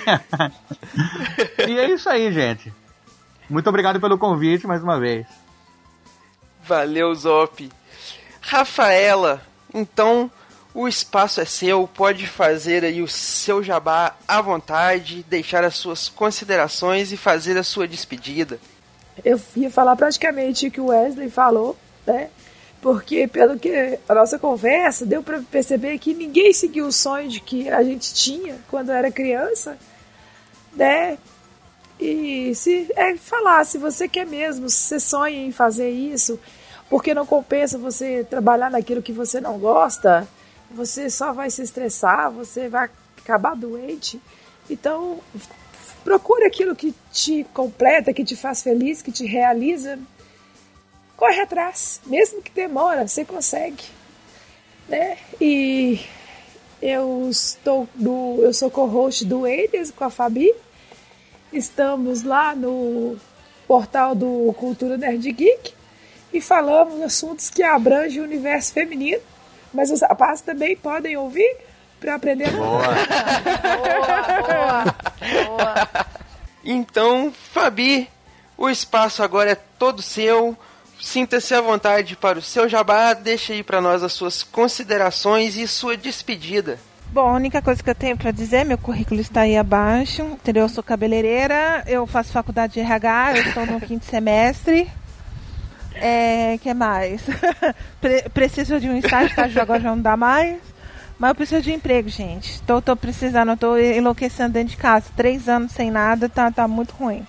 E é isso aí, gente. Muito obrigado pelo convite mais uma vez. Valeu, Zop. Rafaela, então o espaço é seu, pode fazer aí o seu jabá à vontade, deixar as suas considerações e fazer a sua despedida. Eu ia falar praticamente o que o Wesley falou, né? Porque pelo que a nossa conversa deu para perceber que ninguém seguiu o sonho de que a gente tinha quando era criança, né? E se é falar, se você quer mesmo, se você sonha em fazer isso, porque não compensa você trabalhar naquilo que você não gosta, você só vai se estressar, você vai acabar doente. Então, procura aquilo que te completa, que te faz feliz, que te realiza. Corre atrás, mesmo que demora, você consegue, né? E eu estou no, eu sou co-host do Eles com a Fabi. Estamos lá no portal do Cultura Nerd Geek e falamos assuntos que abrangem o universo feminino, mas os rapazes também podem ouvir para aprender. Boa. Boa, boa, boa. Então, Fabi, o espaço agora é todo seu. Sinta-se à vontade para o seu jabá. Deixa aí para nós as suas considerações e sua despedida. Bom, a única coisa que eu tenho para dizer, meu currículo está aí abaixo, entendeu? Eu sou cabeleireira, eu faço faculdade de R H, eu estou no quinto semestre. É, que mais? Pre- preciso de um estágio, estágio agora já não dá mais. Mas eu preciso de emprego, gente. Tô, tô precisando, eu tô enlouquecendo dentro de casa. Três anos sem nada, tá, tá muito ruim.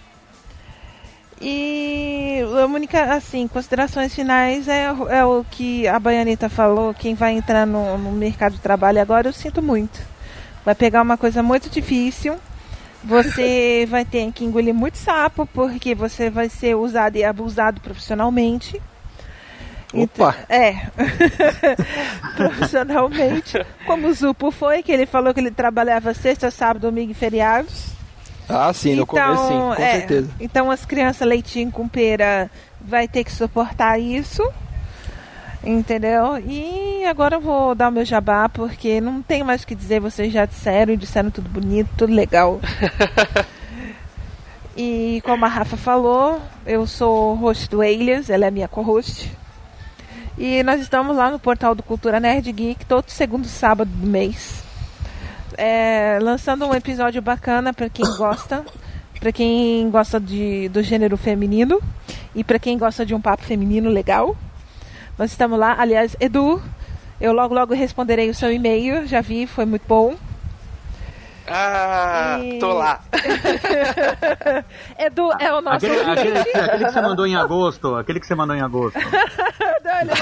E a única, assim, considerações finais é, é o que a Baianita falou. Quem vai entrar no, no mercado de trabalho agora, eu sinto muito. Vai pegar uma coisa muito difícil. Você vai ter que engolir muito sapo, porque você vai ser usado e abusado profissionalmente. Opa! Então, é. Profissionalmente. Como o Zupo foi, que ele falou que ele trabalhava sexta, sábado, domingo e feriados. Ah, sim, no Então, começo sim, com é, certeza. Então as crianças leitinho com pera vai ter que suportar isso. Entendeu? E agora eu vou dar o meu jabá, porque não tem mais o que dizer, vocês já disseram, e disseram tudo bonito, tudo legal. E como a Rafa falou, eu sou host do Elias, ela é minha co-host. E nós estamos lá no portal do Cultura Nerd Geek, todo segundo sábado do mês. É, lançando um episódio bacana para quem gosta, para quem gosta de, do gênero feminino e para quem gosta de um papo feminino legal. Nós estamos lá, aliás, Edu, eu logo logo responderei o seu e-mail, já vi, foi muito bom. Ah, E- tô lá. Edu é o nosso Aquele, ouvinte. aquele, aquele que você mandou em agosto, aquele que você mandou em agosto. Não, ele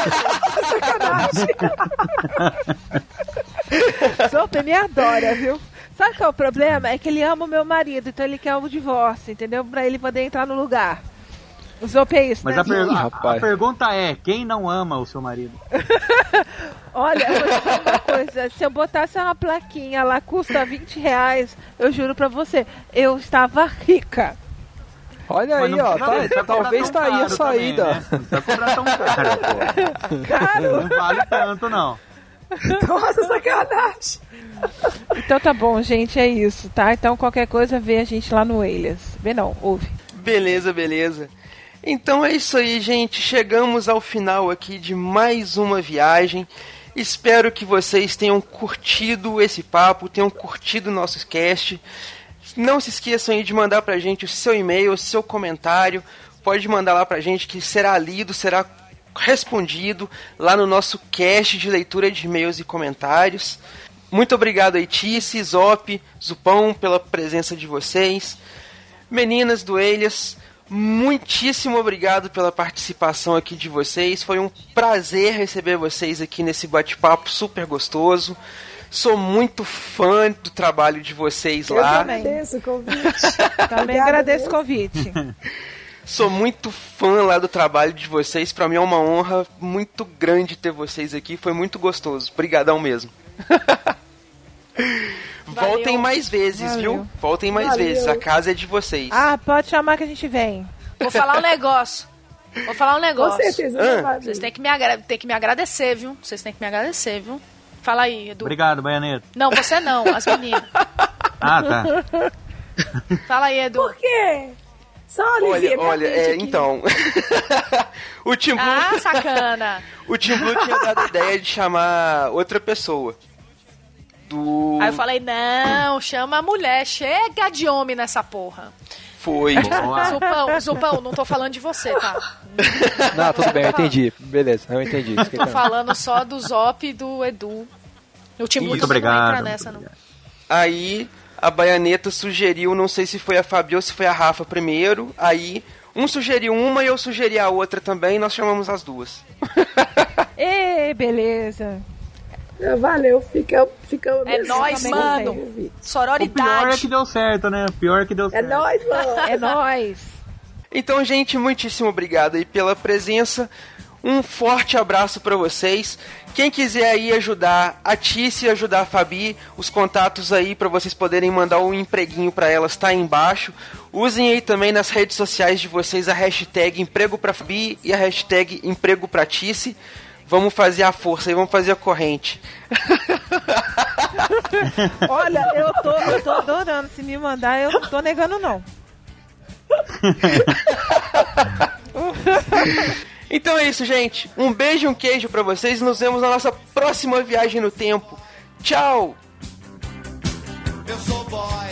não- Zop me adora, viu? Sabe qual é o problema? É que ele ama o meu marido, então ele quer o divórcio, entendeu? Pra ele poder entrar no lugar. O Zop é isso, Mas né? a, per- Ih, a- rapaz. a pergunta é, quem não ama o seu marido? Olha, eu vou te falar uma coisa. Se eu botasse uma plaquinha lá, custa vinte reais, eu juro pra você, eu estava rica. Olha Mas aí, não ó, precisa- tá- precisa cobrar talvez tão tá aí a caro também, saída. né? Não precisa cobrar tão caro, pô. Caro. Não vale tanto, não. Nossa, sacanagem. Então tá bom, gente, é isso, tá? Então qualquer coisa, vê a gente lá no Elias. Vê não, ouve. Beleza, beleza. Então é isso aí, gente. Chegamos ao final aqui de mais uma viagem. Espero que vocês tenham curtido esse papo, tenham curtido o nosso cast. Não se esqueçam aí de mandar pra gente o seu e-mail, o seu comentário. Pode mandar lá pra gente que será lido, será respondido lá no nosso cast de leitura de e-mails e comentários. Muito obrigado aí, Tice, Zop, Zupão, pela presença de vocês. Meninas do Elias, muitíssimo obrigado pela participação aqui de vocês. Foi um prazer receber vocês aqui nesse bate-papo super gostoso. Sou muito fã do trabalho de vocês Eu lá. também. Agradeço o convite. Também Obrigada agradeço o mesmo. convite. Sou muito fã lá do trabalho de vocês. Pra mim é uma honra muito grande ter vocês aqui. Foi muito gostoso. Obrigadão mesmo. Voltem Valeu. mais vezes, Valeu. viu? Voltem mais Valeu. vezes. A casa é de vocês. Ah, pode chamar que a gente vem. Vou falar um negócio. Vou falar um Com negócio. certeza. Ah. não vai Vocês vir. têm que, me agra- têm que me agradecer, viu? Vocês têm que me agradecer, viu? Fala aí, Edu. Obrigado, Baianeta. Não, você não, as meninas. Ah, tá. Fala aí, Edu. Por quê? Só alivia Olha, minha olha, mente é, aqui. então. o Tim Blue, Ah, sacana. o Tim Blue tinha dado a ideia de chamar outra pessoa. Do. Aí eu falei, não, chama a mulher. Chega de homem nessa porra. Foi. Boa. Zupão, Zupão, não tô falando de você, tá? Não, tudo bem, eu entendi. Beleza, eu entendi. Isso que Tô eu- falando só do Zop e do Edu. O Tim Blue Muito também não obrigado. entra nessa, não. Aí a Baianeta sugeriu, não sei se foi a Fabi ou se foi a Rafa primeiro. Aí um sugeriu uma e eu sugeri a outra também. E nós chamamos as duas. Ê, beleza. Ah, Valeu, fica, fica É mesmo. nóis, também mano. gostei. O pior é Sororidade. que deu certo, né? O pior é que deu É certo. nóis, mano. É nóis. Então, gente, muitíssimo obrigado aí pela presença. Um forte abraço pra vocês. Quem quiser aí ajudar a Tice e ajudar a Fabi, os contatos aí pra vocês poderem mandar um empreguinho pra elas tá aí embaixo. Usem aí também nas redes sociais de vocês a hashtag emprego pra Fabi e a hashtag emprego pra Tice. Vamos fazer a força aí, vamos fazer a corrente. Olha, eu tô, eu tô adorando. Se me mandar, eu não tô negando, não. Então é isso, gente. Um beijo e um queijo pra vocês. Nos vemos na nossa próxima viagem no tempo. Tchau! Eu sou boy.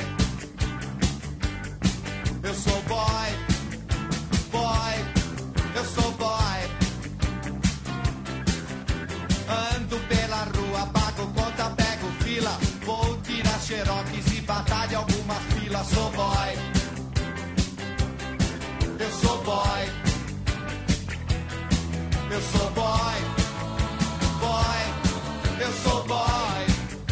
Eu sou boy. Boy. Eu sou boy. Ando pela rua, pago conta, pego fila. Vou tirar xerox e batalha algumas filas. Sou boy. Eu sou boy. Eu sou boy. Boy. Eu sou boy.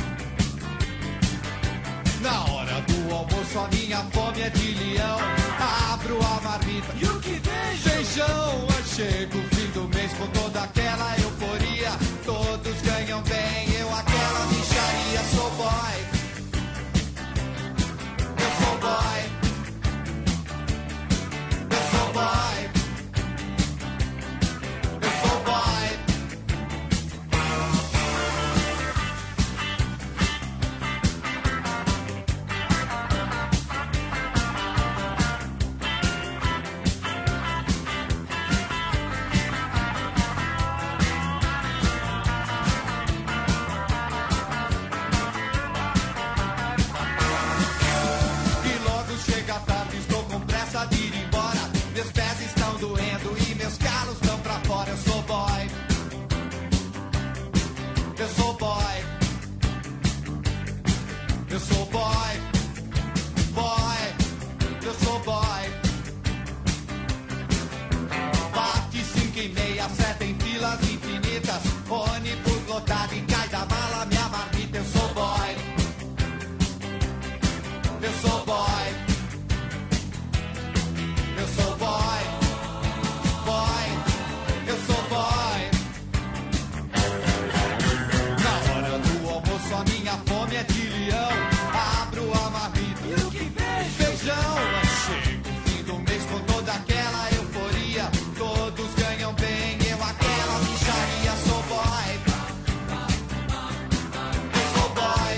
Na hora do almoço a minha fome é de leão. Abro a marmita e o que vem? Feijão. Chega o fim do mês com toda aquela euforia. Todos ganham bem, eu aquela micharia. Sou boy. Eu sou boy. Eu sou boy. Eu sou boy. Eu sou boy, boy, eu sou boy. Bate cinco e meia, seta em filas infinitas. Ônibus lotado e cai da mala minha marmita. Eu sou boy, eu sou boy, eu sou boy, boy, eu sou boy. Na hora do almoço a minha fome é de leão. Abro a marmita e o que vem? Feijão. Chega o fim do mês com toda aquela euforia. Todos ganham bem, eu aquela micharia. Sou boy, eu sou boy,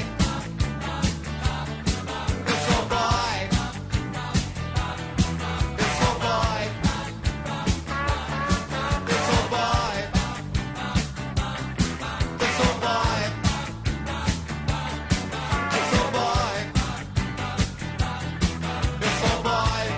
eu sou boy, eu sou boy, eu sou boy, eu sou boy, eu sou boy, eu sou boy,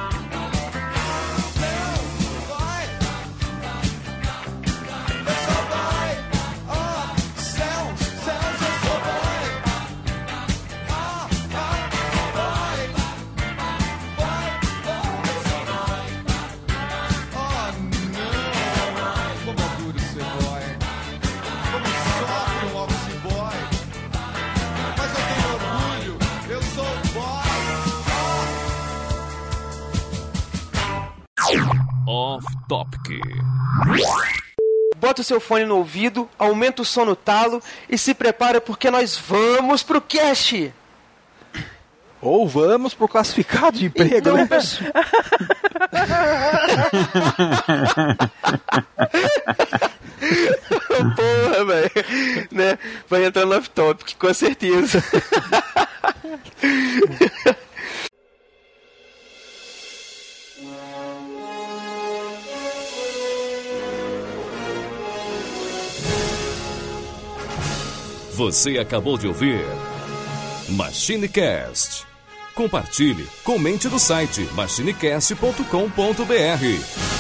eu sou boy, oh, céus, céus, eu sou boy, ah, ah, boy, boy, boy, eu sou boy, oh, não, como é duro ser boy, como sofre um office boy, mas eu tenho orgulho, eu sou boy, Off Topic. Bota o seu fone no ouvido, aumenta o som no talo e se prepara porque nós vamos pro cast! Ou vamos pro classificado de emprego, Então, né? pessoal... Porra, velho. Né? Vai entrar no off-topic, com certeza. Você acabou de ouvir MachineCast. Compartilhe, comente no site machinecast ponto com ponto br.